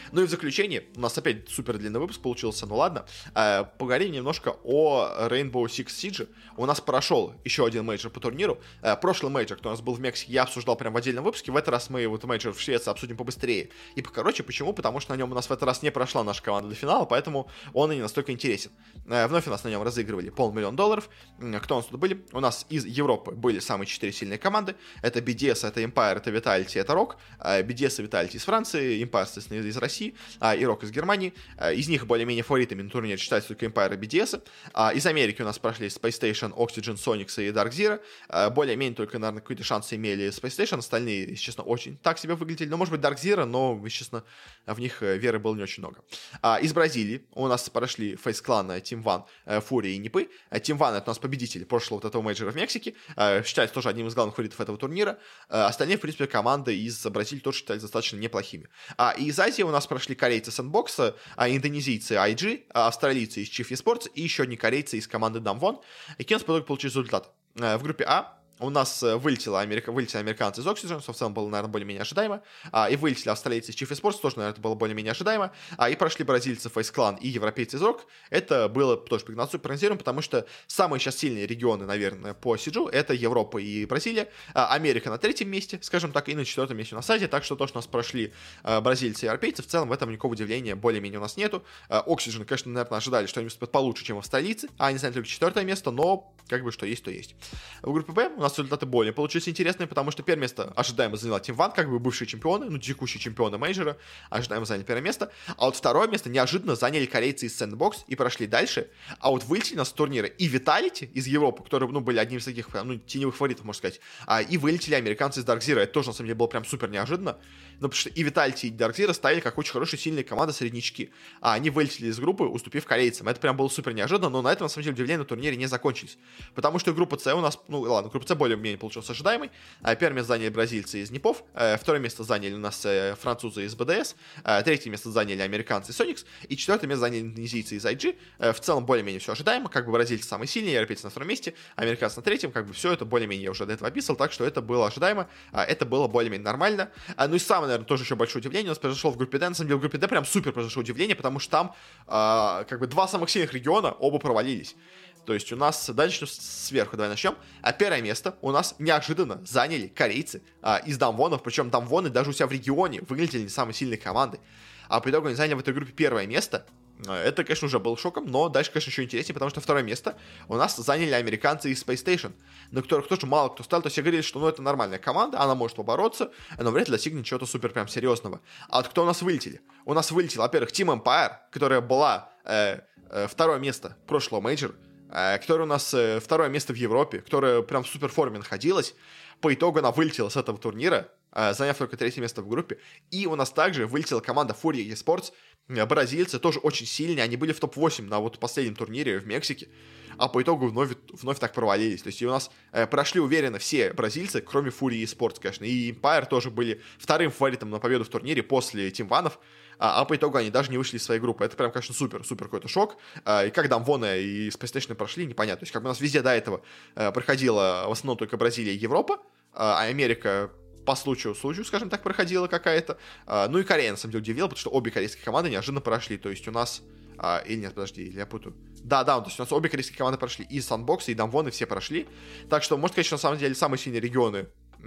Ну и в заключение, у нас опять супер длинный выпуск получился, ну ладно, э, поговорим немножко о Rainbow Six Siege. У нас прошел еще один мейджор по турниру. Э, прошлый мейджор, кто у нас был в Мексике, я обсуждал прямо в отдельном выпуске. В этот раз мы вот мейджор в Швеции обсудим побыстрее и покороче. Почему? Потому что на нем у нас в этот раз не прошла наша команда до финала, поэтому он и не настолько интересен. Э, вновь у нас на нем разыгрывали полмиллиона долларов. Э, кто у нас тут были? У нас из Европы были самые четыре сильные команды. Это би ди эс, это Empire, это Vitality, это Rock. Э, би ди эс и Vitality из Франции, Empire, соответственно, из России, э, и Rock из Германии. Э, из них более-менее фаворитами на турнире считаются только Empire и би ди эс. Э, из Америки у нас прошли Space Station, Oxygen, Sonics и Dark Zero. Э, более-менее только, наверное, какие-то шансы имели Space Station. Остальные, если честно, очень так себе выглядели. Ну, может быть, Dark Zero, но, если честно, в них веры было не очень много. Э, из Бразилии у нас прошли Face Clan, Team One, Фурия и Нипы. Team One — это у нас победитель прошлого вот этого мейджора в Мексике. Э, считается тоже одним из главных фаворитов этого турнира. Э, остальные, в принципе, команды из Бразилии тоже считались достаточно неплохими. А из Азии у нас прошли корейцы Sandbox, а индонезийцы ай джи, а австралийцы из Chief Esports и еще одни корейцы из команды Damwon. Какие у нас по итогу получились результаты? Э, в группе А у нас вылетела Америка, вылетели американцы из Oxygen, что в целом было, наверное, более-менее ожидаемо. А, и вылетели австралийцы из Chief Esports, тоже, наверное, это было более-менее ожидаемо. А, и прошли бразильцы Face Clan и европейцы из Rock. Это было тоже прогнозируем, потому что самые сейчас сильные регионы, наверное, по Сиджу — это Европа и Бразилия. А, Америка на третьем месте, скажем так, и на четвертом месте у нас Азия. Так что то, что у нас прошли а, бразильцы и европейцы, в целом в этом никакого удивления более-менее у нас нету. А, Oxygen, конечно, наверное, ожидали, что они выступят получше, чем австралийцы. А они заняли только четвертое место, но как бы что есть, то есть. В группе Б у нас результаты более получились интересные, потому что первое место ожидаемо заняла Team One, как бы бывшие чемпионы, ну, текущие чемпионы мейджора, ожидаемо заняли первое место. А вот второе место неожиданно заняли корейцы из Sandbox и прошли дальше. А вот вылетели у нас с турнира и Vitality из Европы, которые, ну, были одним из таких, ну, теневых фаворитов, можно сказать, а, и вылетели американцы из Dark Zero. Это тоже, на самом деле, было прям супер неожиданно. Ну, потому что и Vitality, и Dark Zero ставили как очень хорошие, сильные команды среднячки. А они вылетели из группы, уступив корейцам. Это прям было супер неожиданно, но на этом, на самом деле, удивления на турнире не закончились. Потому что группа С у нас, ну ладно, группа С более-менее получилась ожидаемой. Первое место заняли бразильцы из Нипов, второе место заняли у нас французы из би ди эс, третье место заняли американцы из Sonics, и четвертое место заняли индонезийцы из ай джи. В целом более-менее все ожидаемо, как бы бразильцы самые сильные, европейцы на втором месте, американцы на третьем, как бы все это более-менее я уже до этого описывал, так что это было ожидаемо, это было более-менее нормально. Ну и самое, наверное, тоже еще большое удивление у нас произошло в группе Д. На самом деле в группе Д прям супер произошло удивление, потому что там как бы два самых сильных региона оба провалились. То есть у нас, дальше сверху, давай начнем. А первое место у нас неожиданно заняли корейцы а, из Дамвонов. Причем Дамвоны даже у себя в регионе выглядели не самой сильной командой. А по итогу они заняли в этой группе первое место. Это, конечно, уже был шоком, но дальше, конечно, еще интереснее, потому что второе место у нас заняли американцы из Space Station, на которых тоже мало кто стал. То есть все говорили, что ну, это нормальная команда, она может побороться, но вряд ли достигнет чего-то супер прям серьезного. А вот кто у нас вылетели? У нас вылетел, во-первых, Team Empire, которая была э, э, второе место прошлого мейджора, которая у нас э, второе место в Европе, которая прям в супер форме находилась. По итогу она вылетела с этого турнира, э, заняв только третье место в группе. И у нас также вылетела команда Furia Esports. Э, бразильцы тоже очень сильные, они были в топ восемь на вот последнем турнире в Мексике. А по итогу вновь, вновь так провалились. То есть и у нас э, прошли уверенно все бразильцы, кроме Furia Esports, конечно. И Empire тоже были вторым фаворитом на победу в турнире после Team One. А, а по итогу они даже не вышли из своей группы. Это прям, конечно, супер, супер какой-то шок. А, и как Дамвоны и Space Station прошли, непонятно. То есть как бы у нас везде до этого а, проходила в основном только Бразилия и Европа, а Америка по случаю, случаю, скажем так, проходила какая-то. А, ну и Корея, на самом деле, удивила, потому что обе корейские команды неожиданно прошли. То есть у нас... А, или нет, подожди, или я путаю. Да, да, то есть у нас обе корейские команды прошли. И Sandbox, и Дамвоны все прошли. Так что, можно сказать, что на самом деле самые сильные регионы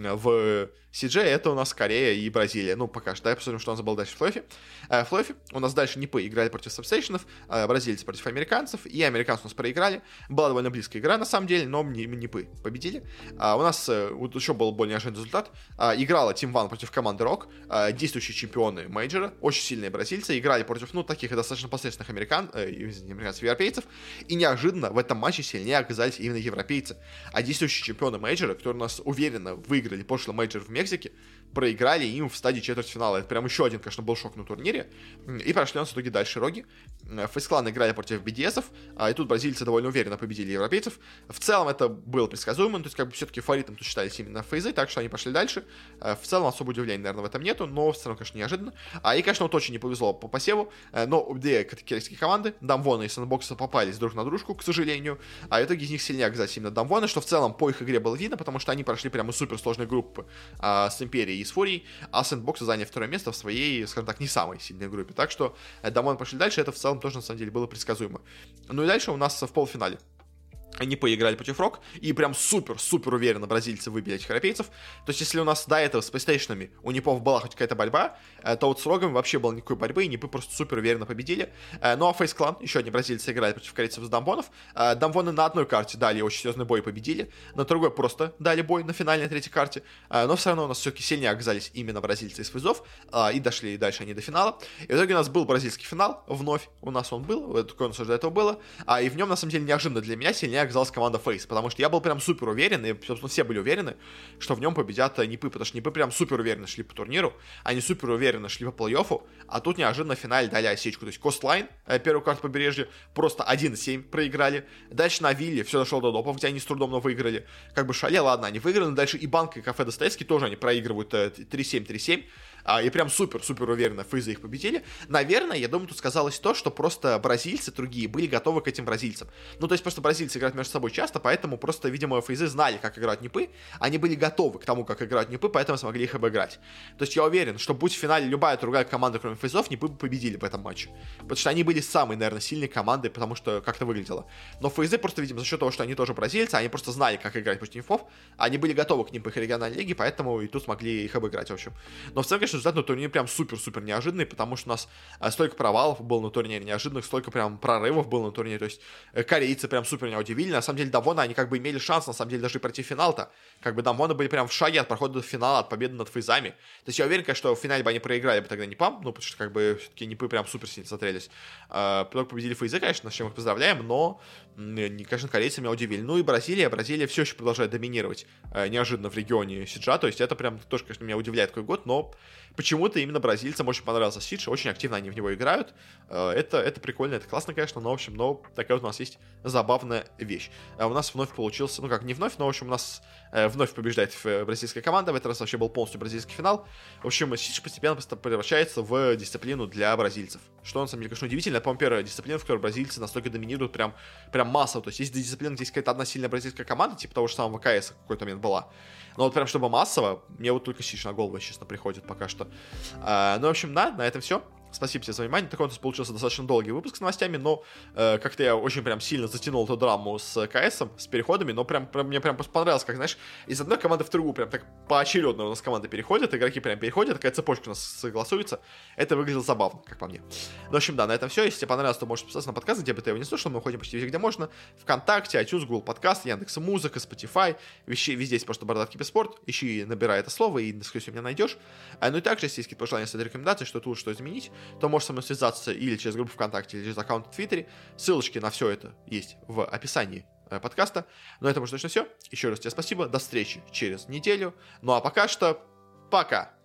в си джи это у нас Корея и Бразилия. Ну, пока что. Давай посмотрим, что у нас было дальше в Флойфе. В Флойфе у нас дальше Нипы играли против Сабстейшенов, бразильцы против американцев, и американцы у нас проиграли. Была довольно близкая игра, на самом деле, но Нипы победили. У нас вот еще был более неожиданный результат. Играла Team One против команды Rock, действующие чемпионы мейджора, очень сильные бразильцы, играли против, ну, таких достаточно посредственных американ, э, американцев и европейцев, и неожиданно в этом матче сильнее оказались именно европейцы. А действующие чемпионы мейджора, которые у нас уверенно выиграли выиграли прошлый мейджор в Мексике, проиграли им в стадии четвертьфинала. Это прям еще один, конечно, был шок на турнире. И прошли у нас в итоге дальше роги. Face Clan играли против би ди эсов, и тут бразильцы довольно уверенно победили европейцев. В целом это было предсказуемо, то есть как бы все-таки фаворитом тут считались именно фейзы, так что они пошли дальше. В целом особо удивления, наверное, в этом нету, но в целом, конечно, неожиданно. А и, конечно, вот очень не повезло по посеву, но две корейские команды, Дамвона и Sandbox, попались друг на дружку, к сожалению, а в итоге из них сильнее оказались именно Дамвона, что в целом по их игре было видно, потому что они прошли прямо супер сложные группы а, с Империей с Фурией, а Сэндбоксы заняли второе место в своей, скажем так, не самой сильной группе. Так что Дамвоны пошли дальше, это в целом тоже, на самом деле, было предсказуемо. Ну и дальше у нас в полуфинале они поиграли против Рок, и прям супер-супер уверенно бразильцы выбили этих европейцев. То есть, если у нас до этого с PlayStation'ами у Нипов была хоть какая-то борьба, то вот с Рогами вообще было никакой борьбы, и Нипы просто супер уверенно победили. Ну а Face Clan, еще одни бразильцы играли против корейцев с Дамвонов. Дамвоны на одной карте дали очень серьезный бой и победили, на другой просто дали бой на финальной третьей карте, но все равно у нас все-таки сильнее оказались именно бразильцы из Фейзов, и дошли дальше они до финала. И в итоге у нас был бразильский финал, вновь у нас он был, такое у нас уже до этого было, и в нем, на самом деле, неожиданно для меня сильнее оказалась команда Face, потому что я был прям супер уверен, и, собственно, все были уверены, что в нем победят Нипы, потому что Нипы прям супер уверенно шли по турниру, они супер уверенно шли по плей-оффу, а тут неожиданно в финале дали осечку. То есть Костлайн, первую карту побережья, просто один семь проиграли. Дальше на Вилле все дошло до допов, где они с трудом, но выиграли. Как бы Шале, ладно, они выиграли, но дальше и Банк, и Кафе Достоевский тоже они проигрывают три семь три семь. И прям супер-супер уверенно Фейзы их победили. Наверное, я думаю, тут сказалось то, что просто бразильцы другие были готовы к этим бразильцам. Ну, то есть просто бразильцы играют между собой часто, поэтому просто, видимо, Фейзы знали, как играть Нипы, они были готовы к тому, как играть Нипы, поэтому смогли их обыграть. То есть я уверен, что будь в финале любая другая команда, кроме Фейзов, Нипы бы победили в этом матче. Потому что они были самой, наверное, сильной командой, потому что как-то выглядело. Но Фейзы просто, видимо, за счет того, что они тоже бразильцы, они просто знали, как играть против Нипов, они были готовы к ним по их региональной лиге, поэтому и тут смогли их обыграть, в общем. Но в целом, конечно, результат на турнире прям супер-супер неожиданный, потому что у нас столько провалов было на турнире неожиданных, столько прям прорывов было на турнире, то есть корейцы прям супер меня удивили, на самом деле Дамвоны, они как бы имели шанс, на самом деле, даже пройти в финал-то, как бы Дамвоны были прям в шаге от прохода до финала, от победы над Фейзами, то есть я уверен, конечно, что в финале бы они проиграли бы тогда Нипам, ну, потому что как бы все-таки Нипы прям супер сильно смотрелись, только победили Фейзы, конечно, с чем их поздравляем, но, конечно, корейцы меня удивили. Ну и Бразилия, Бразилия все еще продолжает доминировать неожиданно в регионе Сиджа, то есть это прям тоже, конечно, меня удивляет такой год, но почему-то именно бразильцам очень понравился Сидж, очень активно они в него играют. Это, это прикольно, это классно, конечно, но, в общем, но такая вот у нас есть забавная вещь. У нас вновь получился, ну как, не вновь, но, в общем, у нас вновь побеждает бразильская команда, в этот раз вообще был полностью бразильский финал. В общем, Сидж постепенно превращается в дисциплину для бразильцев. Что, на самом деле, конечно, удивительно. Это, по-моему, первая дисциплина, в которой бразильцы настолько доминируют прям, прям массово. То есть есть дисциплина, где есть какая-то одна сильная бразильская команда, типа того же самого КС в какой-то момент была. Но вот прям чтобы массово, мне вот только Сидж на голову, честно, приходит пока что. А, ну, в общем, да, на этом все. Спасибо тебе за внимание. Такой у нас получился достаточно долгий выпуск с новостями, но э, как-то я очень прям сильно затянул эту драму с КСом, с переходами, но прям, прям мне прям понравилось, как, знаешь, из одной команды в другую прям так поочередно у нас команды переходят, игроки прям переходят, такая цепочка у нас согласуется. Это выглядело забавно, как по мне. Ну, в общем, да, на этом все. Если тебе понравилось, то можешь подписаться на подкаст, где бы ты его не слушал. Мы уходим почти везде, где можно. ВКонтакте, iTunes, Google Подкаст, Яндекс.Музыка, Spotify. Везде, везде есть просто Бородатки без спорт. Ищи, набирай это слово, и, скорее всего, меня найдешь. А, ну и также, если есть какие-то пожелания, если рекомендации, что тут, что изменить, то можешь со мной связаться или через группу ВКонтакте, или через аккаунт в Твиттере. Ссылочки на все это есть в описании э, подкаста. Но это, может, точно все. Еще раз тебе спасибо. До встречи через неделю. Ну а пока что, пока!